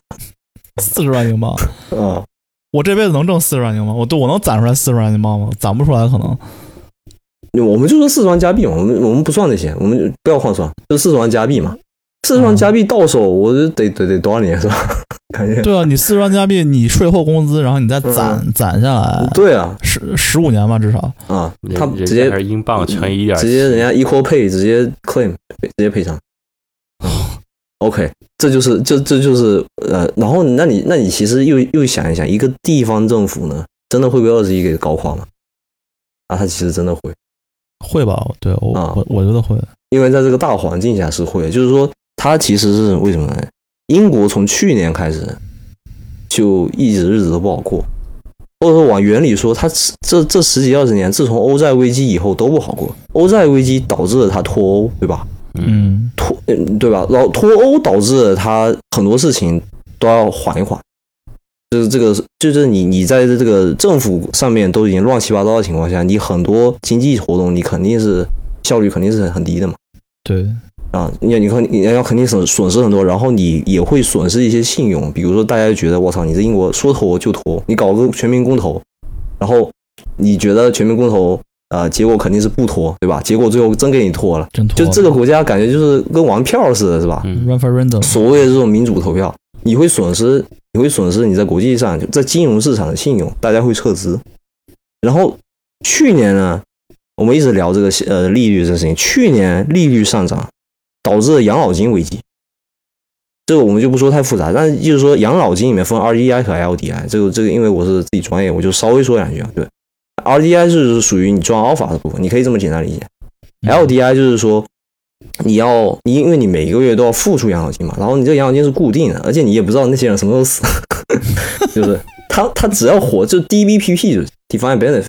？40万英镑啊！ 我这辈子能挣40万英镑？我能攒出来40万英镑吗？攒不出来可能。 我们就说40万加币嘛，我们不算那些，我们不要换算，就40万加币嘛。40万加币到手，我就得多少年是吧？感觉对啊，你40万加币，你税后工资，然后你再攒下来， 对啊 ，15年吧至少啊。他直接还是英镑乘以1.7， 直接人家 equal pay， 直接 claim， 直接赔偿。OK， 这就是然后那你其实又想一想，一个地方政府呢，真的会被20亿给搞垮吗？啊，他其实真的会吧？对，我觉得会， 因为在这个大环境下是会，就是说它其实是为什么呢？英国从去年开始就一直日子都不好过，或者说往远里说，它这10几20年，自从欧债危机以后都不好过。欧债危机导致了它脱欧，对吧？对吧？然后脱欧导致了它很多事情都要缓一缓，就是你在这个政府上面都已经乱七八糟的情况下，你很多经济活动你肯定是效率肯定是很低的嘛。 对啊，你要肯定损失很多，然后你也会损失一些信用，比如说大家觉得我操，你这英国说脱就脱，你搞个全民公投，然后你觉得全民公投结果肯定是不脱，对吧？结果最后真给你脱了，就这个国家感觉就是跟玩票似的，是吧 ？referendum， 所谓的这种民主投票，你会损失你在国际上在金融市场的信用，大家会撤资。然后去年呢，我们一直聊这个利率这个事情，去年利率上涨导致了养老金危机，这个我们就不说太复杂，但是就是说养老金里面分 RDI 和 LDI， 这个因为我是自己专业，我就稍微说两句啊。对。RDI 是属于你赚 alpha 的部分，你可以这么简单理解。LDI 就是说因为你每个月都要付出养老金嘛，然后你这个养老金是固定的，而且你也不知道那些人什么时候死，就是他只要活就 DBPP 就是 Defined Benefit，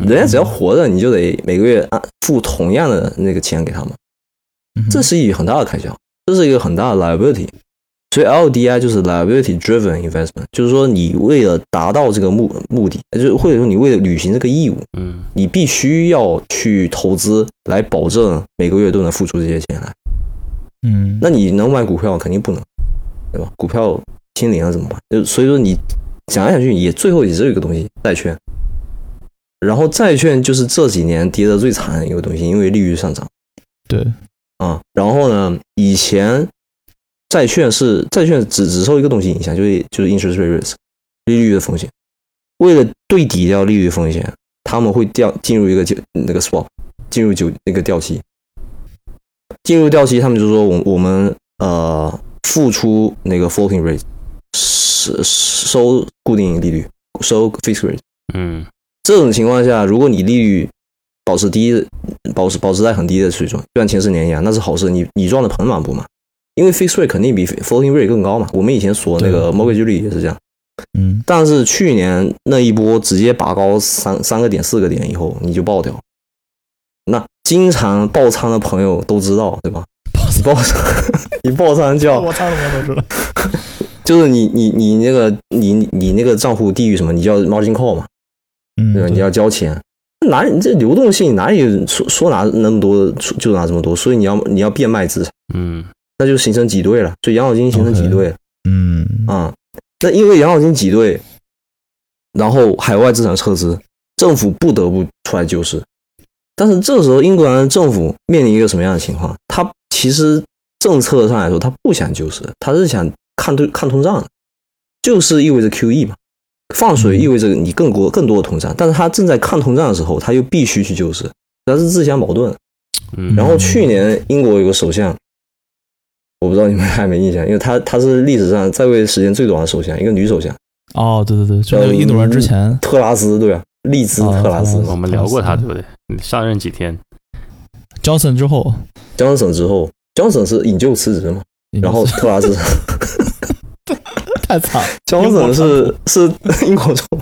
人家只要活着，你就得每个月付同样的那个钱给他们，这是一笔很大的开销，这是一个很大的 liability。所以 LDI 就是 liability driven investment， 就是说你为了达到这个目的，就是或者说你为了履行这个义务，你必须要去投资来保证每个月都能付出这些钱来。那你能买股票肯定不能，对吧？股票清零了怎么办？所以说你想来想去，也最后也只有一个东西，债券。然后债券就是这几年跌得最惨的一个东西，因为利率上涨。 对然后呢，以前债券只受一个东西影响，就是 interest rate risk， 利率的风险。为了对抵掉利率风险，他们会进入一个那个 swap， 进入那个掉期。进入掉期，他们就说我们付出那个 floating rate， 收固定利率，收 fixed rate。这种情况下，如果你利率保持在很低的水准，就像前10年一样，那是好事，你赚的盆满钵满。因为 fixed rate 肯定比 floating rate 更高嘛，我们以前锁那个 mortgage 率也是这样。但是去年那一波直接拔高3个点4个点以后，你就爆掉。那经常爆仓的朋友都知道，对吧？你爆仓叫我仓的朋友都知道， 就是你那个账户低于什么，你叫 margin call 嘛，对吧？你要交钱。你这流动性哪里说拿那么多就拿这么多，所以你要变卖资产。那就形成挤兑了，所以养老金形成挤兑了。那因为养老金挤兑，然后海外资产撤资，政府不得不出来救市。但是这时候英格兰政府面临一个什么样的情况？他其实政策上来说，他不想救市，他是想看通胀的。救市意味着 QE 嘛，放水意味着你更多的通胀，但是他正在看通胀的时候，他又必须去救市，他是自相矛盾。然后去年英国有个首相。我不知道你们还没印象，因为她是历史上在位时间最短的首相，一个女首相。 对，就那个印度人之前特拉斯，对啊，利兹特拉斯， 我们聊过他，对不对？上任几天 ？Johnson 之后 ，Johnson 是引咎辞职嘛，然后特拉斯太惨 ，Johnson 是英国总，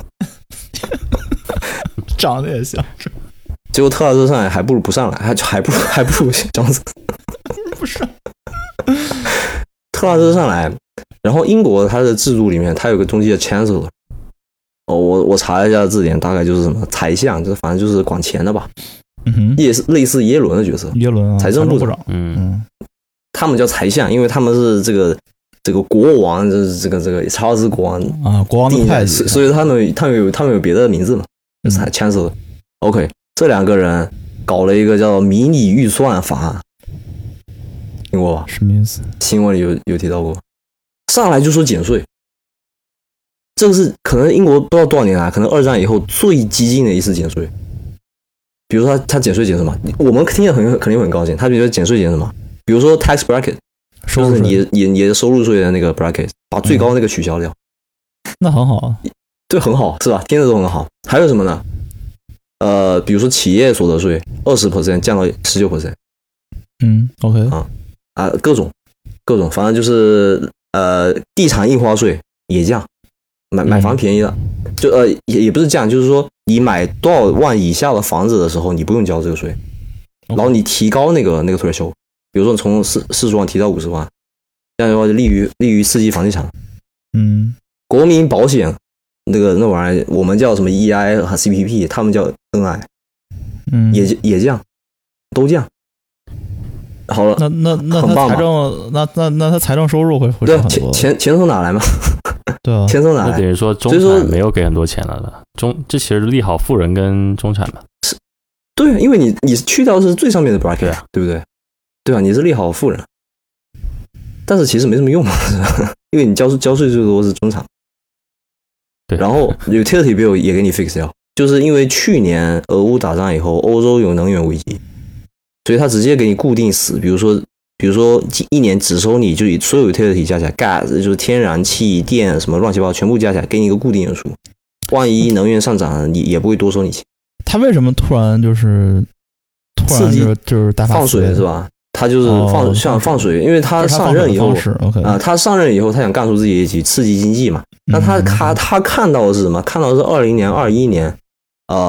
长得也像， 结果特拉斯上来还不如不上来，还不如 Johnson 不上。 特拉斯上来，然后英国它的制度里面，它有个东西叫 Chancellor。我查了一下字典，大概就是什么财相，就反正就是管钱的吧。也是类似耶伦的角色， 耶伦财政部长。他们叫财相，因为他们是这个国王，就是这个查尔斯国王国王的派系， 所以他们有别的名字嘛，就是 Chancellor。OK， 这两个人搞了一个叫迷你预算法案。听过吧？ 什么意思？ 新闻里有提到过，上来就说减税，这个是可能英国不知道多少年来，可能2战以后最激进的一次减税。比如说他减税减什么？我们听着肯定很高兴。他比如说减税减什么？比如说 tax bracket， 就是你的收入税的那个 bracket， 把最高那个取消掉。 那很好啊，对， 很好，是吧？听着都很好。还有什么呢？比如说企业所得税20% 降到19%。 OK 各种，反正就是地产印花税也降，买房便宜了，就也不是降，就是说你买多少万以下的房子的时候，你不用交这个税，然后你提高那个 threshold， 比如说从40万提到50万，这样的话就利于刺激房地产。国民保险那玩意儿，我们叫什么 EI 和 CPP， 他们叫 NI，也降，都降。好了， 那他财政那他财政收入会对很多， 钱从哪来嘛？ 对啊， 钱从哪来？ 等于说中产没有给很多钱了的，这其实利好富人跟中产嘛。 对，因为你去掉是最上面的 bracket， 对不对？对吧？你是利好富人，但是其实没什么用嘛，因为你交税最多是中产。 对， 然后 utility bill 也给你 fix 掉，就是因为去年俄乌打仗以后，欧洲有能源危机。所以他直接给你固定死，比如说一年只收你就以所有 utility 加起来 gas 就是天然气、电什么乱七八糟全部加起来给你一个固定的数，万一能源上涨，你也不会多收你钱。 他为什么突然就是大放水是吧？他就是放水，因为他上任以后他上任以后他想干出自己业绩，刺激经济嘛。那他看到的是什么？看到的是2020年、2021年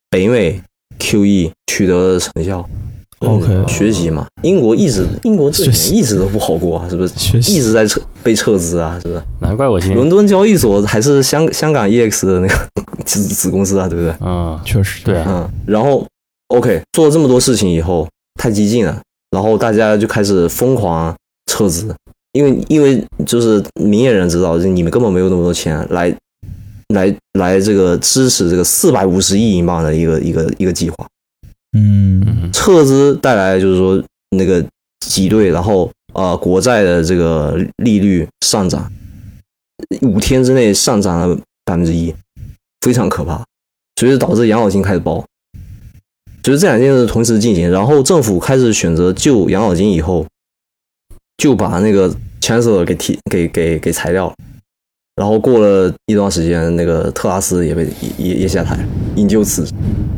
北美 QE 取得的成效。 OK， 学习嘛，英国这几年一直都不好过啊，是不是？一直在被撤资啊，是不是？ 难怪我今天伦敦交易所还是香港 EX 的那个子公司啊，对不对？ 确实，对啊。 然后 OK 做了这么多事情以后，太激进了，然后大家就开始疯狂撤资，因为就是明眼人知道，你们根本没有那么多钱来这个支持这个450亿英镑的一个计划。撤资带来就是说那个挤兑，然后国债的这个利率上涨，5天之内上涨了1%，非常可怕，所以导致养老金开始爆。就是这两件事同时进行，然后政府开始选择救养老金以后，就把那个 Chancellor 给裁掉了，然后过了一段时间，那个特拉斯也下台，引咎辞职。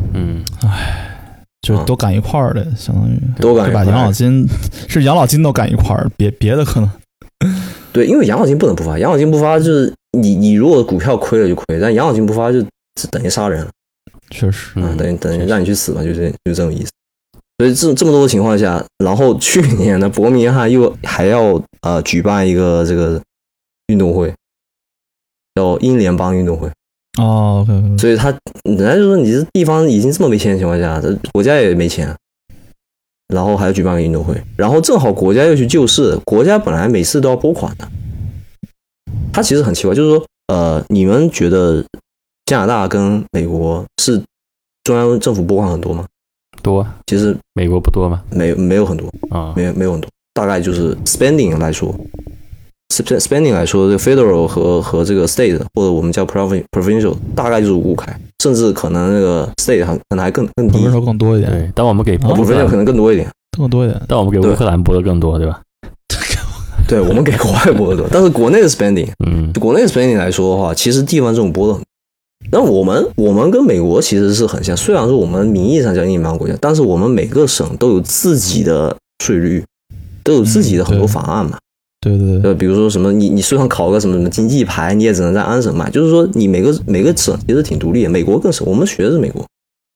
就都赶一块儿的，相当于都赶一块儿， 把养老金都赶一块儿，别的可能。 对，因为养老金不能不发，养老金不发就是你如果股票亏了就亏，但养老金不发就等于杀人了。 确实， 等于让你去死吧，就这种意思。所以这么多的情况下，然后去年的伯明翰还要举办一个这个运动会，叫英联邦运动会。 OK， 所以人家就说你这地方已经这么没钱的情况下，这国家也没钱，然后还要举办个运动会，然后正好国家又去救市，国家本来每次都要拨款的。他其实很奇怪，就是说你们觉得加拿大跟美国是中央政府拨款很多吗？ 多，其实美国不多吗？ 没有很多啊，没有很多，大概就是 spending 来说。spending 来说，这个 federal 和这个 state 或者我们叫 provincial 大概就是5开，甚至可能那个 state 可能还更低 ，provincial 更多一点。 对，但我们给 provincial 可能更多一点， 但我们给乌克兰拨的更多，对吧？ 对，我们给国外拨的多，但是国内的 spending， 国内的 spending 来说的话，其实地方政府拨的很多。那我们跟美国其实是很像，虽然说我们名义上叫英联邦国家，但是我们每个省都有自己的税率，都有自己的很多法案嘛。 对， 比如说什么你虽然考个什么经济牌，你也只能在安省买，就是说你每个省其实挺独立的。美国更是，我们学的是美国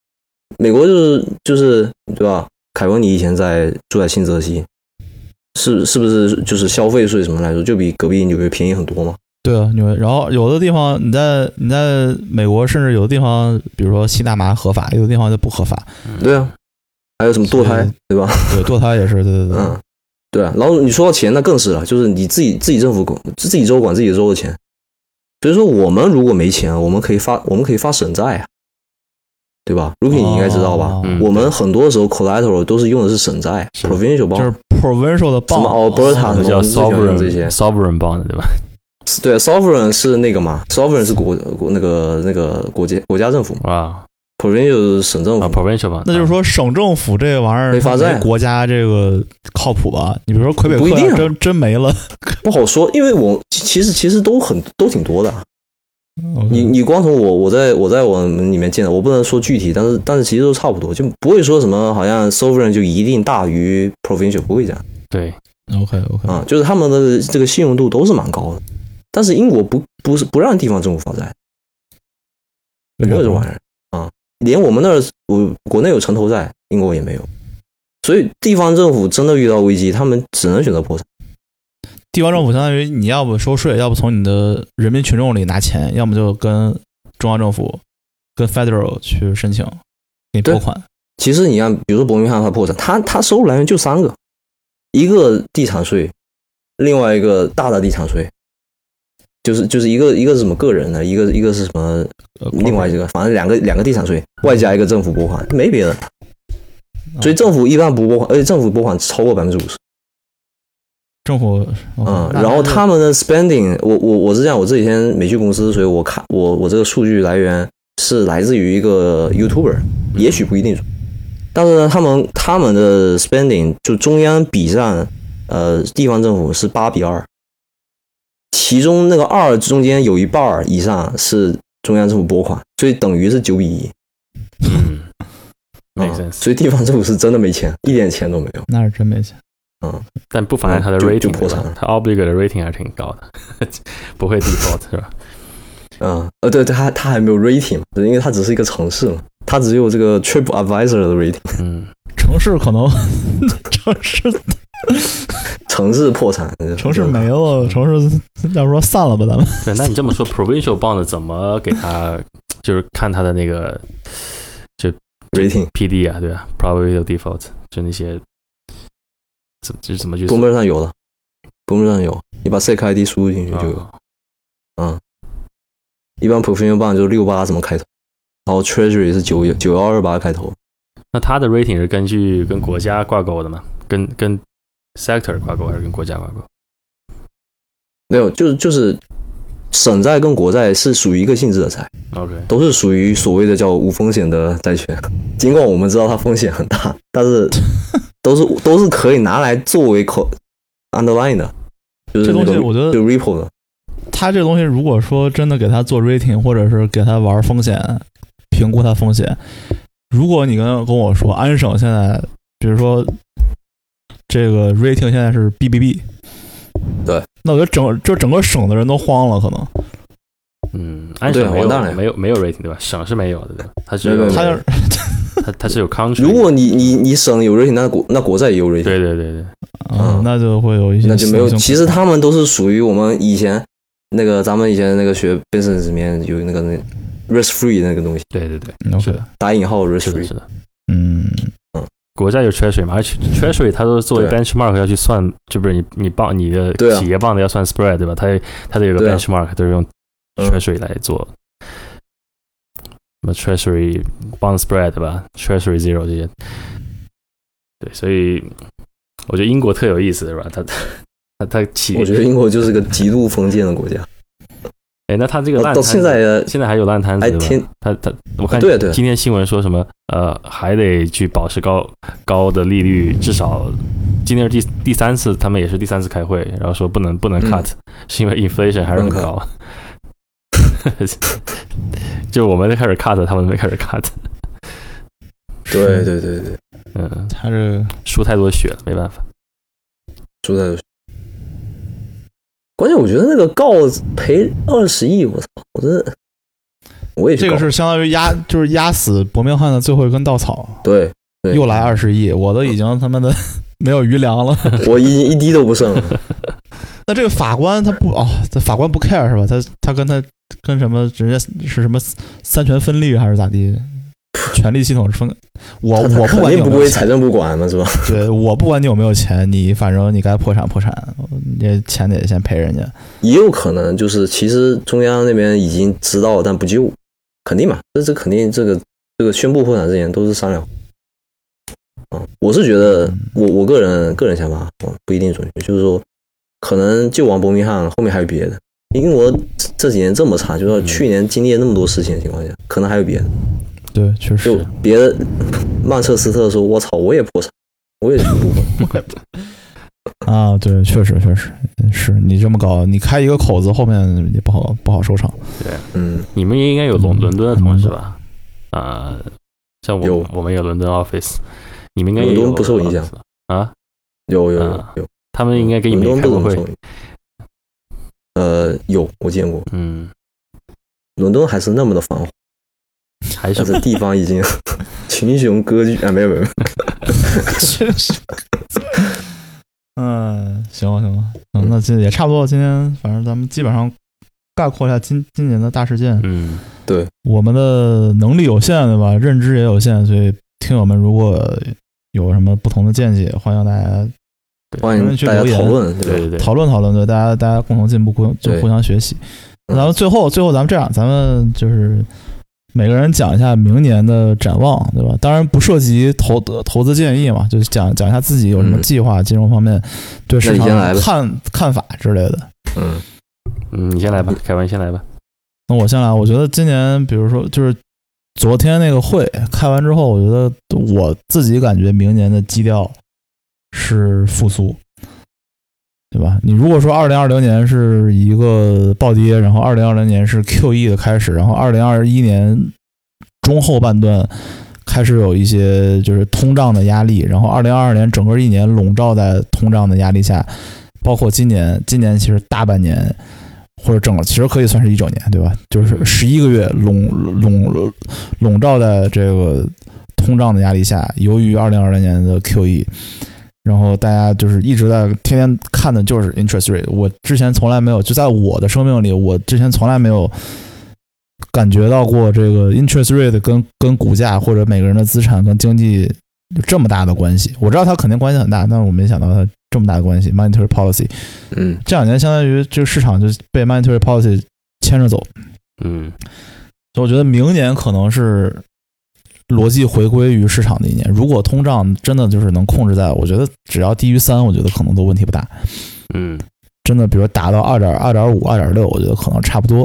就是对吧？凯文，你以前住在新泽西，是不是就是消费税什么来说，就比隔壁纽约便宜很多吗？ 对啊，纽约。然后有的地方你在美国，甚至有的地方，比如说吸大麻合法，有的地方就不合法。 对啊，还有什么堕胎，对吧？ 对，堕胎也是，对。 对啊，然后你说到钱，那更是了，就是你自己政府自己州管自己州的钱。所以说，我们如果没钱，我们可以发省债啊，对吧 ？Rookie 你应该知道吧？我们很多时候 collateral 都是用的是省债 ，provincial bond， 就是 provincial 的 bond， 什么 Alberta 叫 sovereign bond， 对吧？ 对 ，sovereign 是那个嘛 ，sovereign 是那个国家政府啊。 provincial 是省政府 provincial 吧， 那就是说省政府这个玩意儿， 没发债， 国家这个靠谱吧？你比如说魁北克， 不一定啊， 真没了， 不好说，因为我其实都挺多的。你光从我在我们里面见的，我不能说具体，但是其实都差不多，就不会说什么好像 sovereign 就一定大于 provincial， 不会这样。 对 ，OK 啊，就是他们的这个信用度都是蛮高的，但是英国不让地方政府发债，没有这玩意儿啊。连我们那儿，国内有城投债，英国也没有，所以地方政府真的遇到危机，他们只能选择破产。 地方政府相当于你要不收税，要不从你的人民群众里拿钱，要么就跟中央政府、跟 federal 去申请给你拨款。 其实你看，比如说伯明翰它破产，它收入来源就3个，一个地产税，另外一个大的地产税。就是一个是什么个人的，一个是什么，另外一个反正两个地产税，外加一个政府拨款，没别的。所以政府一般不拨款，而且政府拨款超过50%。 政府然后他们的 spending， 我是这样，我这几天没去公司，所以我看我这个数据来源是来自于一个 YouTuber， 也许不一定准，但是呢，他们的 spending 就中央比上地方政府是8:2。其中那个2中间有一半以上是中央政府拨款，所以等于是9:1。所以地方政府是真的没钱，一点钱都没有。 那是真没钱。 但不妨碍他的 rating 就破产了， 他 obligate 的 rating 还是挺高的，不会 default 是吧？ 对，他还没有 rating 嘛，因为他只是一个城市嘛， 它只有这个 TripAdvisor 的 rating。 城市可能城市破产， 城市没了，城市要说散了吧，咱们。 对，那你这么说 ，provincial bond 怎么给他？就是看他的那个就 rating PD 啊，对吧 ？probability default 就那些怎么去？ 公本上有的，公本上有，你把 SEC ID 输入进去就有。一般 provincial bond 就68怎么开头，然后 Treasury 是9128开头。 那它的 rating 是根据跟国家挂钩的吗？跟 sector 挂钩还是跟国家挂钩？ 没有，就是省债跟国债是属于一个性质的债 ，OK， 都是属于所谓的叫无风险的债权。尽管我们知道它风险很大，但是都是可以拿来作为underline 的，就是这东西我觉得就 repo 的。 他这个东西如果说真的给他做 rating， 或者是给他玩风险，评估他风险，如果你跟我说安省现在，比如说这个 rating 现在是 BBB， 对， 那我觉得整个省的人都慌了，可能。 安省没有 rating 对吧？省是没有的，对吧？它是它是有 country。 如果你省有 rating， 那国债也有 rating。 对。 那就会有一些。 那就没有。其实他们都是属于我们以前那个咱们以前那个学 business 里面有那个 risk free 那个东西。 对， 是的， 打引号 risk free。 是的。国债有 treasury 嘛，而且 treasury 它都是作为 benchmark 要去算，就不是你帮你的企业帮的要算 spread 对吧？它得有个 benchmark，都是用 treasury 来做。什么 treasury bond spread 对吧 ？treasury zero 这些。对，所以我觉得英国特有意思，是吧？它我觉得英国就是个极度封建的国家。 那他这个烂摊子到现在还有烂摊子对吧？他我看今天新闻说什么还得去保持高的利率，至少今天是第三次，他们也是第3次开会，然后说不能 cut，是因为 inflation 还是很高。就我们开始 cut， 他们没开始 cut。 对， 他这输太多血了，没办法。 输太多血。关键我觉得那个告赔20亿，我操！我也这个是相当于压死伯明翰的最后一根稻草。 对， 又来20亿，我都已经他妈的没有余粮了， 我已经一滴都不剩了。 那这个法官这法官不 care 是吧？他跟什么直接是什么三权分立还是咋地？权力系统是分，我不管你有没有钱， 不归财政部管嘛，是吧？ 对，我不管你有没有钱，你反正你该破产，你这钱得先赔人家。 也有可能就是其实中央那边已经知道但不救，肯定嘛，这肯定这个宣布破产之前都是商量。我是觉得我个人想法不一定准确，就是说可能救完伯明翰后面还有别的。英国这几年这么差，就是说去年经历了那么多事情的情况下，可能还有别的。 对，确实。 就别的，曼彻斯特说：“我操，我也破产，我也不破。” 啊，对，确实是你这么搞，你开一个口子，后面也不好收场。 对，你们也应该有伦敦的同事吧？像我们有伦敦 office， 你们应该也有。 伦敦不受影响啊？ 有， 他们应该给你们开过会。 有，我见过。伦敦还是那么的繁华。 还是地方已经群雄割据啊！没有。 行，那这也差不多。今天反正咱们基本上概括一下今年的大事件。 对， 我们的能力有限，对吧？认知也有限，所以听友们如果有什么不同的见解，欢迎大家讨论， 对，讨论，对，大家共同进步，就互相学习。咱们最后咱们这样，咱们就是每个人讲一下明年的展望，对吧？当然不涉及投资建议嘛，就是讲一下自己有什么计划，金融方面对市场看法之类的。 你先来吧，凯文先来吧。 那我先来，我觉得今年，比如说就是昨天那个会开完之后，我觉得我自己感觉明年的基调是复苏，对吧？你如果说2020年是一个暴跌，然后2020年是 QE 的开始，然后2021年中后半段开始有一些就是通胀的压力，然后2022年整个一年笼罩在通胀的压力下，包括今年其实大半年或者其实可以算是19年，对吧？就是11个月笼罩在这个通胀的压力下，由于2020年的 QE， 然后大家就是一直在天天看的就是 interest rate。我之前从来没有，就在我的生命里，我之前从来没有感觉到过这个 interest rate 跟股价或者每个人的资产跟经济有这么大的关系。我知道它肯定关系很大，但是我没想到它这么大的关系。monetary policy， 这2年相当于这个市场就被 monetary policy 牵着走，所以我觉得明年可能是逻辑回归于市场的一年。如果通胀真的就是能控制在，我觉得只要低于3，我觉得可能都问题不大。真的，比如说达到2.5、2.6，我觉得可能差不多。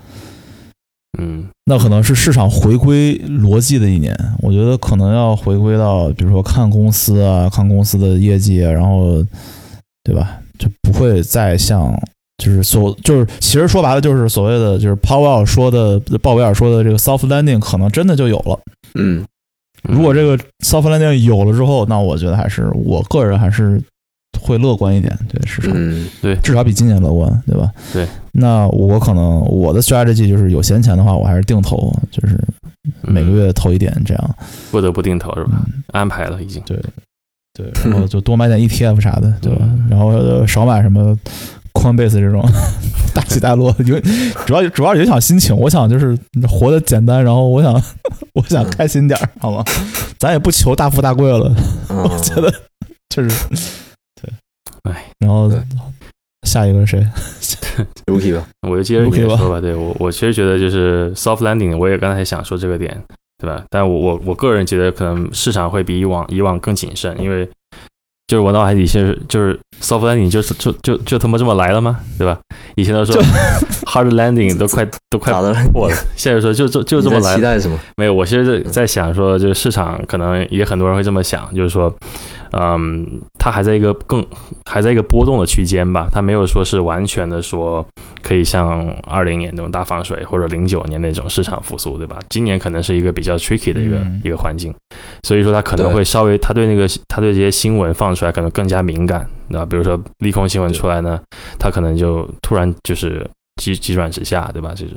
那可能是市场回归逻辑的一年。我觉得可能要回归到，比如说看公司啊，看公司的业绩啊，然后，对吧？就不会再像就是其实说白了就是所谓的就是鲍威尔说的这个 soft landing 可能真的就有了。如果这个 soft landing 有了之后，那我觉得我个人还是会乐观一点，对市场， 对， 至少比今年乐观，对吧？ 对。 那我的 strategy 就是有闲钱的话，我还是定投，就是每个月投一点，这样。 不得不定投是吧？安排了已经。 对，然后就多买点 ETF 啥的，对吧？然后少买什么 Coinbase 这种大起大落，主要影响心情。我想就是活得简单，然后我想开心点，好吗？咱也不求大富大贵了，我觉得就是。然后下一个是谁 ？Rookie 吧， 我就接着你说吧。对，我其实觉得就是 soft landing， 我也刚才想说这个点，对吧？但我个人觉得可能市场会比以往更谨慎，因为就是我脑海里就是 soft landing 就他妈这么来了吗？对吧？以前都说 hard landing 都快破了，现在说就这么来了。 期待什么？ 没有，我其实在想说，就是市场可能也很多人会这么想，就是说。它还在一个波动的区间吧，它没有说是完全的说可以像20年那种大放水，或者09年那种市场复苏，对吧？今年可能是一个比较 tricky 的一个环境，所以说它可能会稍微，它对这些新闻放出来可能更加敏感，对吧？比如说利空新闻出来呢，它可能就突然就是急转直下，对吧？就是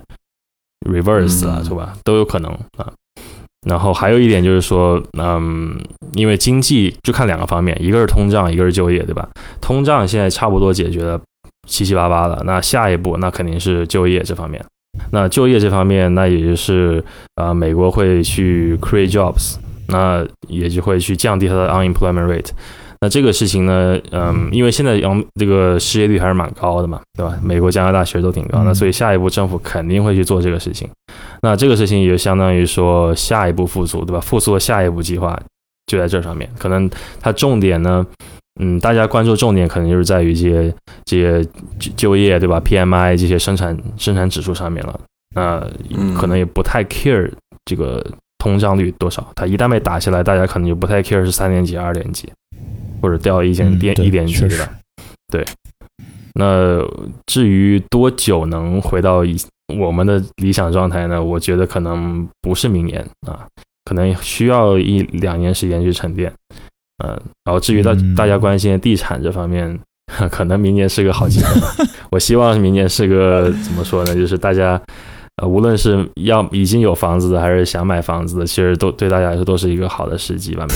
reverse 了，是吧？都有可能啊。然后还有一点就是说，因为经济就看2个方面，一个是通胀，一个是就业，对吧？通胀现在差不多解决了7-8了，那下一步那肯定是就业这方面。那就业这方面，那也就是美国会去 create jobs， 那也就会去降低它的 unemployment rate。那这个事情呢，因为现在这个失业率还是蛮高的嘛，对吧？美国、加拿大其实都挺高，那所以下一步政府肯定会去做这个事情。那这个事情也相当于说下一步复苏，对吧？复苏的下一步计划就在这上面。可能它重点呢，大家关注重点可能就是在于这些就业，对吧 ？PMI 这些生产指数上面了。那可能也不太 care 这个通胀率多少，它一旦被打下来，大家可能就不太 care 是3点几、2点几。或者掉1点几的，对。那至于多久能回到我们的理想状态呢？我觉得可能不是明年啊，可能需要1-2年时间去沉淀。然后至于大家关心的地产这方面，可能明年是个好机会。我希望明年是个怎么说呢？就是大家无论是已经有房子的，还是想买房子的，其实都对大家来说都是一个好的时机吧。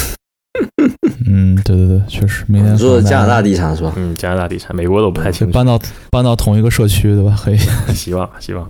对，确实。明年你说加拿大地产是吧？ 加拿大地产，美国都不太清楚。 搬到同一个社区，对吧？可以。 希望。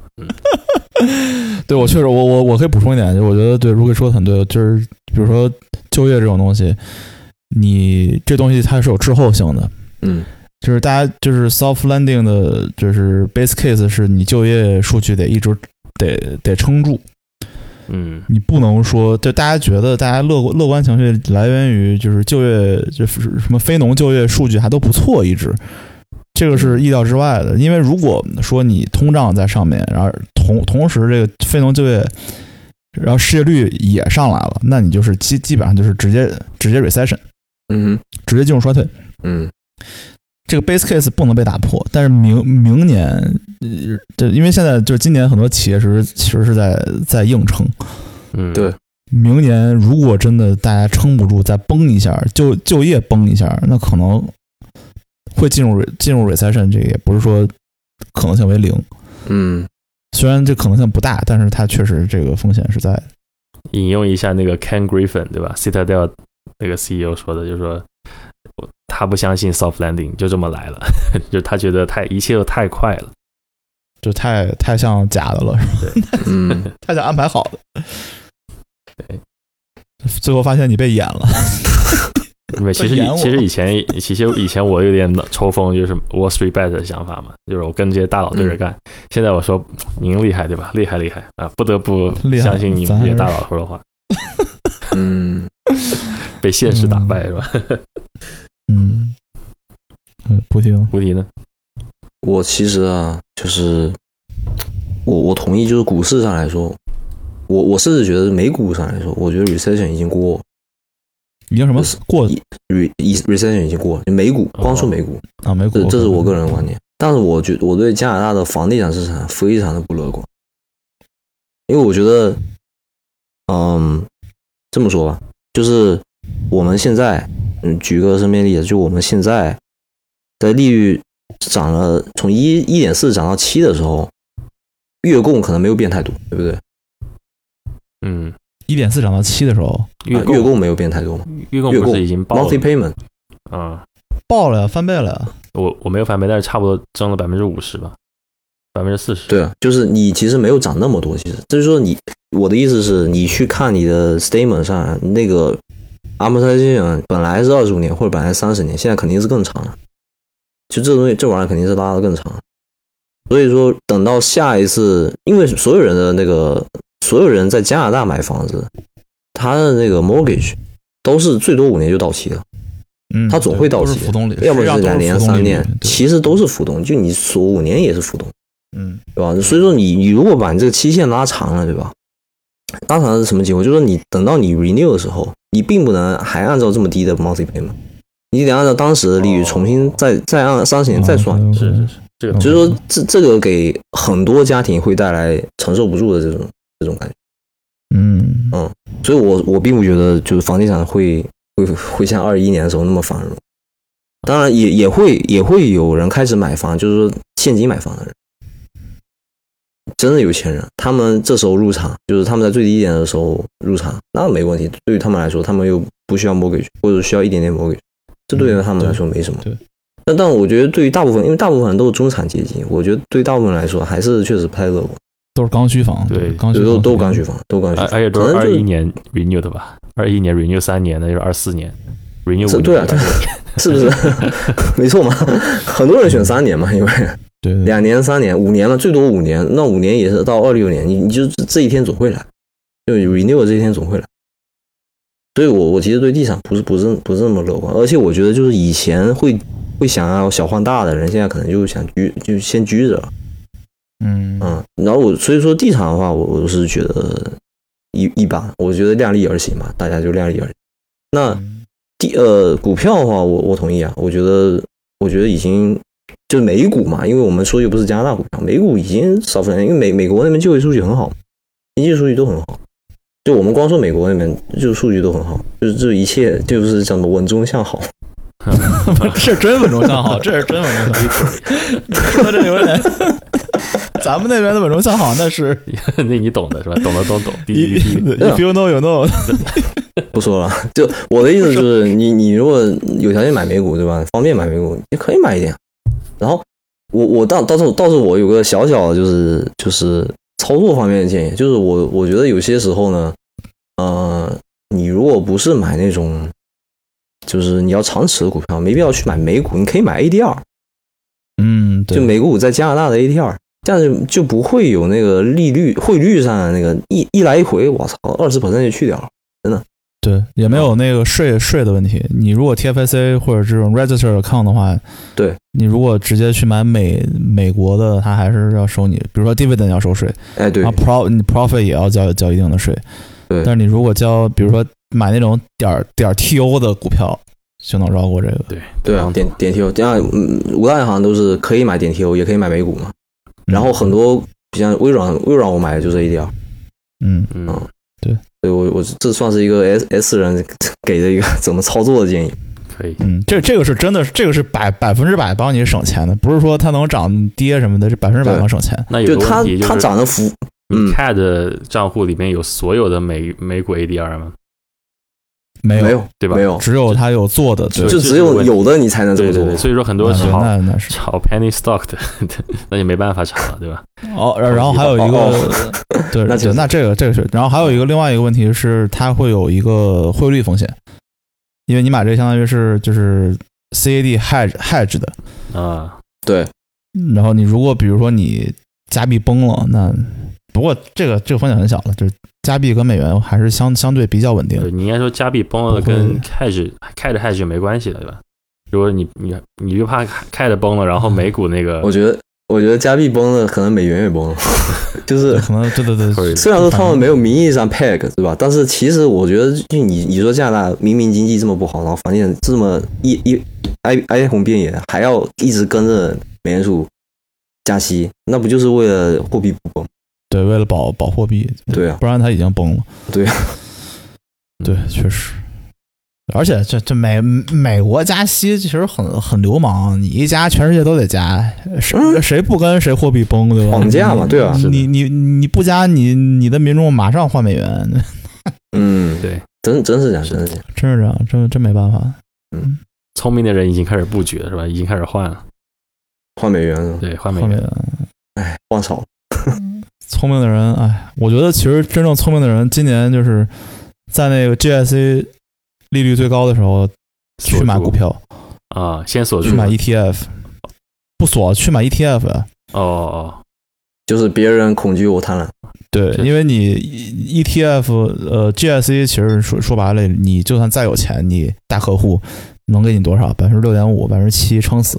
对，我确实，我可以补充一点，我觉得对Rookie说的很对，就是比如说就业这种东西，你这东西它是有滞后性的。就是大家就是 soft landing 的，就是 base case 是你就业数据得一直得撑住。你不能说，就大家觉得大家乐观情绪来源于就是就业，就是什么非农就业数据还都不错，一直这个是意料之外的。因为如果说你通胀在上面，然后同时这个非农就业，然后失业率也上来了，那你就是基本上就是直接 recession， 直接进入衰退。这个 base case 不能被打破，但是明年，因为现在就是今年很多企业其实是在硬撑， 对， 明年如果真的大家撑不住，再崩一下，就业崩一下，那可能会进入 recession， 这个也不是说可能性为0。虽然这可能性不大，但是它确实这个风险是在的。 引用一下那个 Ken Griffin 对吧 Citadel 那个 CEO 说的，就是说他不相信 soft landing 就这么来了，就他觉得一切都太快了， 就太像假的了，是吧？太像安排好的。 对， 最后发现你被演了。 其实以前我有点抽风，就是 Wall Street Bet 的想法嘛，就是我跟这些大佬对着干。现在我说您厉害对吧？厉害啊，不得不相信你们这些大佬说的话。被现实打败是吧？ 菩提呢？ 我其实啊，就是我同意，就是股市上来说，我甚至觉得美股上来说，我觉得 recession 已经过。 已经什么过 recession 已经过，美股光说美股啊，美股这是我个人的观点。但是我觉得我对加拿大的房地产市场非常的不乐观，因为我觉得，这么说吧，就是我们现在，举个身边例子，就我们现在在利率涨了，从1.4涨到7的时候，月供可能没有变太多，对不对 ？1.4涨到7的时候， 月供没有变太多吗？ 月供不是已经爆了 monthly payment 爆了呀，翻倍了呀！ 我没有翻倍，但是差不多增了50%吧，40%。 对啊，就是你其实没有涨那么多，其实就是说我的意思是你去看你的 statement 上那个 amortization 本来是25年或者本来30年，现在肯定是更长了。就这东西这玩意儿肯定是拉得更长，所以说等到下一次，因为所有人在加拿大买房子，他的那个 mortgage 都是最多5年就到期了，他总会到期的，要么是2年3年，其实都是浮动，就你锁5年也是浮动，对吧？所以说你如果把你这个期限拉长了，对吧？拉长了是什么结果？就是说你等到你 renew 的时候，你并不能还按照这么低的 monthly payment， 你得按照当时的利率重新再按30年再算， 是这个， 就是说这个给很多家庭会带来承受不住的这种感觉。所以我并不觉得就是房地产会像21年的时候那么繁荣。当然也会有人开始买房，就是说现金买房的人，真的有钱人，他们这时候入场，就是他们在最低点的时候入场，那没问题。对于他们来说，他们又不需要 mortgage， 或者需要一点点 mortgage， 这对于他们来说没什么。对。但我觉得对于大部分，因为大部分人都是中产阶级，我觉得对大部分人来说还是确实不太乐观。 都是刚需房， 对， 都刚需房，而且都是21年 renew 的吧？21年 renew 3年，那就是24年 renew 5年。 对啊，是不是？没错嘛，很多人选3年嘛，因为对 2年、3年、5年嘛，最多5年，那5年也是到26年，你就这一天总会来，就 renew 这一天总会来。所以我其实对地产不是那么乐观，而且我觉得就是以前会想要小换大的人，现在可能就先居着了。然后所以说地产的话，我是觉得一般，我觉得量力而行嘛，大家就量力而行。那股票的话，我同意啊，我觉得已经就是美股嘛，因为我们说又不是加拿大股票，美股已经少分，因为美国那边就业数据很好，经济数据都很好，就我们光说美国那边就数据都很好，就是这一切就是叫什么稳中向好。 是真稳中向好，这是真稳中向好。说这有点，咱们那边的稳中向好，那是那你懂的是吧？懂的都懂。 If you know, you know。 不说了，就我的意思是，你如果有条件买美股，对吧？方便买美股，也可以买一点。然后我倒是我有个小小的就是操作方面的建议，就是我觉得有些时候呢，你如果不是买那种。就是你要长持的股票，没必要去买美股，你可以买 ADR， 对， 就美股在加拿大的 ADR， 这样就不会有那个汇率上的那个一来一回，我操，20% 就去掉了，真的。 对，也没有那个税的问题。你如果 TFSA 或者这种 registered account 的话，对，你如果直接去买美国的，它还是要收你，比如说 dividend 要收税， 对， 然后你 profit 也要交一定的税， 对。 但是你如果交，比如说买那种点 TO 的股票，就能绕过这个。 对啊，点 TO， 这样五大银行都是可以买点 TO， 也可以买美股嘛。然后很多像微软我买的就是 ADR。对，所以我这算是一个 S 人给的一个怎么操作的建议。 可以， 这个是真的，这个是100%帮你省钱的，不是说它能涨跌什么的，是100%能省钱。 那有个问题就是它涨的幅， 你 CAD 账户里面有所有的美股 ADR 吗？ 没有， 对吧？ 没有， 只有他有做的， 就只有的你才能这么做。 对，所以说很多炒 penny stock 的，那就没办法炒了，对吧？ 然后还有一个，对，那这个是，然后还有一个另外一个问题是，它会有一个汇率风险，因为你买这个相当于是就是 CAD hedge 的啊， 对。 然后你如果比如说你加币崩了，那不过这个风险很小了，就是加币跟美元还是相对比较稳定。 你应该说加币崩了跟 hedge 没关系的，对吧？如果你就怕 hedge 崩了，然后美股那个， 我觉得加币崩了，可能美元也崩了，就是可能对。 虽然说他们没有名义上 peg 对吧？但是其实我觉得，就你说加拿大明明经济这么不好，然后房地产这么哀鸿遍野，还要一直跟着美联储加息，那不就是为了货币不崩？ 对，为了保货币， 对啊， 不然它已经崩了。 对啊， 对，确实。而且这美国加息其实很流氓，你一加，全世界都得加，谁不跟谁货币崩，对吧？ 绑架嘛，对吧？ 你不加，你的民众马上换美元。 对， 真是这样，真是这样，真没办法。 聪明的人已经开始布局了，是吧？已经开始换美元， 对，换美元。 哎，换少了。 聪明的人，我觉得其实真正聪明的人，今年就是在那个 GIC 利率最高的时候去买股票啊，先锁住， 去买 ETF， 不锁去买 ETF 啊。 就是别人恐惧我贪婪。 对，因为你 ETF GIC 其实说白了，你就算再有钱，你大客户能给你多少？6.5%、7%撑死。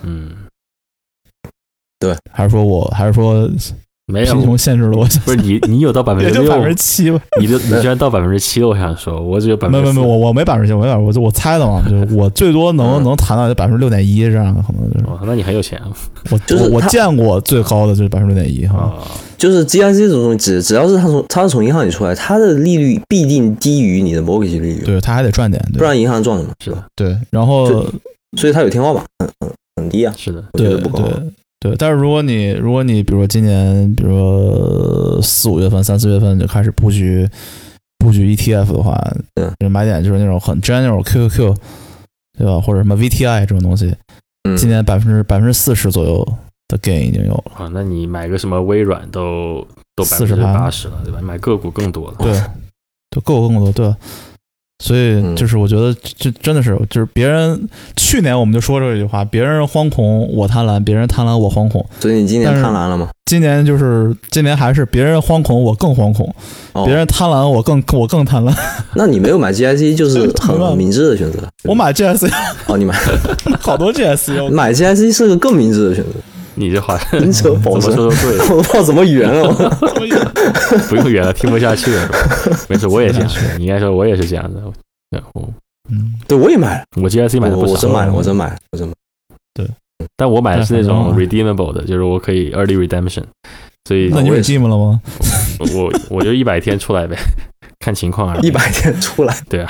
对， 还是说没有贫穷限制了我？ 不是你有到6%， 也就7%吧。 你居然到7%了，我想说，我只有4%。 没，我没7%，我猜的嘛，就是我最多能谈到6.1%这样的，可能就是。 那你很有钱。 我见过最高的就是6.1%哈。 就是 GIC 这种东西，只要是它是从银行里出来，它的利率必定低于你的 mortgage 利率。 对，它还得赚点， 不然银行赚什么？ 是的， 对。然后， 所以它有天花板，很低啊。 是的， 对，但是如果你比如说今年，比如说4、5月份、3、4月份就开始布局 ETF 的话，就买点就是那种很 general QQQ， 对吧？或者什么 VTI 这种东西，今年40%左右的 gain 已经有了。 那你买个什么微软都80%了，对吧？买个股更多了。 对，个股更多，对。所以就是我觉得这真的是就是别人去年我们就说这句话，别人惶恐我贪婪，别人贪婪我惶恐。 所以你今年贪婪了吗？ 今年还是别人惶恐我更惶恐，别人贪婪我更贪婪。 那你没有买 GIC 就是很明智的选择。 我买 GIC 你买好多 GIC， 买 GIC 是个更明智的选择。 你这话明哲保身， 说对， 我不知道怎么圆了。 不用圆了，听不下去了。没事，我也这样。你应该说我也是这样的。 对，我也买了。 我 GIC 买的不少。 我真买了。 对， 但我买的是那种 redeemable 的，就是我可以 early redemption。所以那你 redeem 了吗？ 我就100天出来呗，看情况。 100天出来？ 对啊。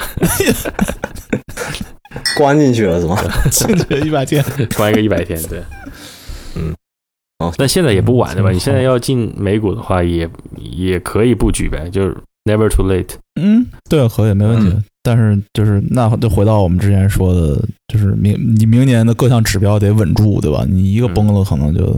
关进去了是吗？ 进去100天， 关一个100天，对。但现在也不晚，对吧？你现在要进美股的话，也可以布局呗，就是 never too late。 对，可以，没问题。但是就是那就回到我们之前说的，就是你明年的各项指标得稳住，对吧？你一个崩了，可能就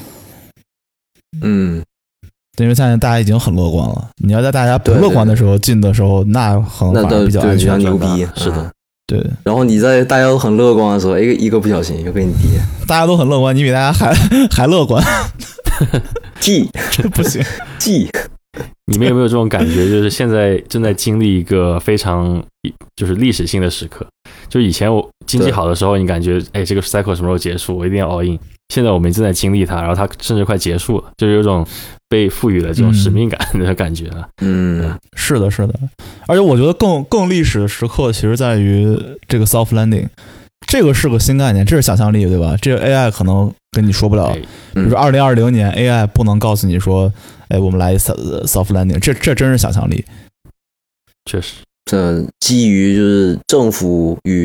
因为现在大家已经很乐观了。你要在大家不乐观的时候进的时候，那可能反而比较安全， 比较牛逼。 是的。 对， 然后你在大家都很乐观的时候，一个不小心又给你跌。 大家都很乐观，你比大家还乐观 ，G 不行 ，G。 你们有没有这种感觉？就是现在正在经历一个非常就是历史性的时刻。就以前我经济好的时候，你感觉这个 cycle 什么时候结束，我一定要 all in。现在我们正在经历它，然后它甚至快结束了，就是有种被赋予了这种使命感的感觉了。 是的，是的。而且我觉得更历史的时刻，其实在于这个 soft landing， 这个是个新概念，这是想象力，对吧？这个 AI 可能跟你说不了，比如2020年 AI 不能告诉你说，我们来一 soft landing， 这真是想象力。 确实， 这基于就是政府与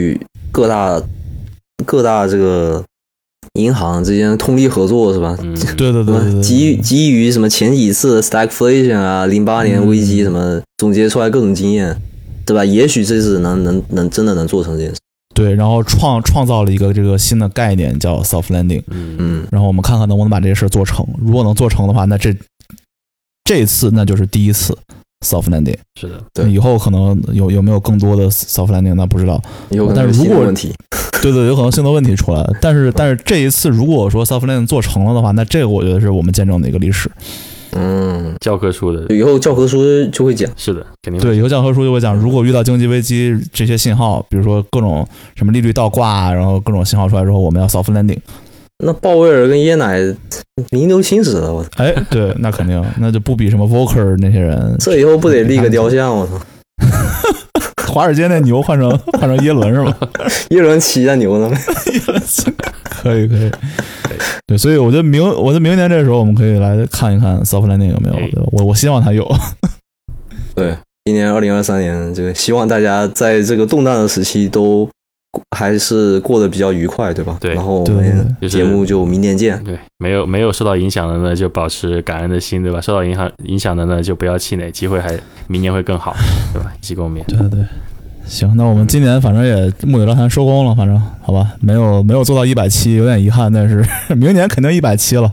各大这个银行之间通力合作是吧？ 对， 基于什么前几次的 stagflation 啊，08年危机什么总结出来各种经验，对吧？也许这次能真的能做成这件事。 对，然后创造了一个这个新的概念叫 soft landing， 然后我们看看能不能把这些事做成。如果能做成的话，那这一次那就是第一次 soft landing。 是的， 对， 以后可能有没有更多的 soft landing， 那不知道。但是如果问题， 对，有可能新的问题出来。但是这一次如果说 soft landing 做成了的话，那这个我觉得是我们见证的一个历史。 教科书的， 以后教科书就会讲。 是的，肯定对，以后教科书就会讲，如果遇到经济危机这些信号，比如说各种什么利率倒挂，然后各种信号出来之后，我们要 soft landing。 那鲍威尔跟椰奶名留青史了，我操！ 哎，对，那肯定，那就不比什么 Volcker 那些人。 这以后不得立个雕像，我操！ 华尔街那牛换成耶伦是吧？ 耶伦骑在牛上面。 可以。对，所以我觉得明年这时候我们可以来看一看 soft landing 有没有。我希望它有。 对，今年2023年，这个希望大家在这个动荡的时期都还是过得比较愉快，对吧？ 对。 然后我们节目就明年见。 对，没有受到影响的呢，就保持感恩的心，对吧？受到影响的呢，就不要气馁，机会明年会更好，对吧？一起共勉。 对。行，那我们今年反正也木有聊谈收工了，反正好吧，没有做到100期，有点遗憾，但是明年肯定100期了。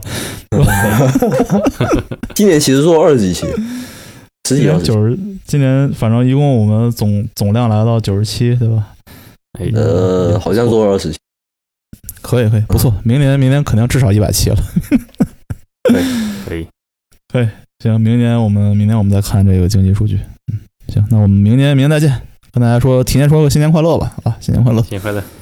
今年其实做20几期，10几 90，今年反正一共我们总量来到97，对吧？ 好像做20期， 可以，不错，明年肯定至少100期了。 可以， 行，明年我们再看这个经济数据。行，那我们明年再见。跟大家说，提前说个新年快乐吧，好吧，新年快乐， 新年快乐。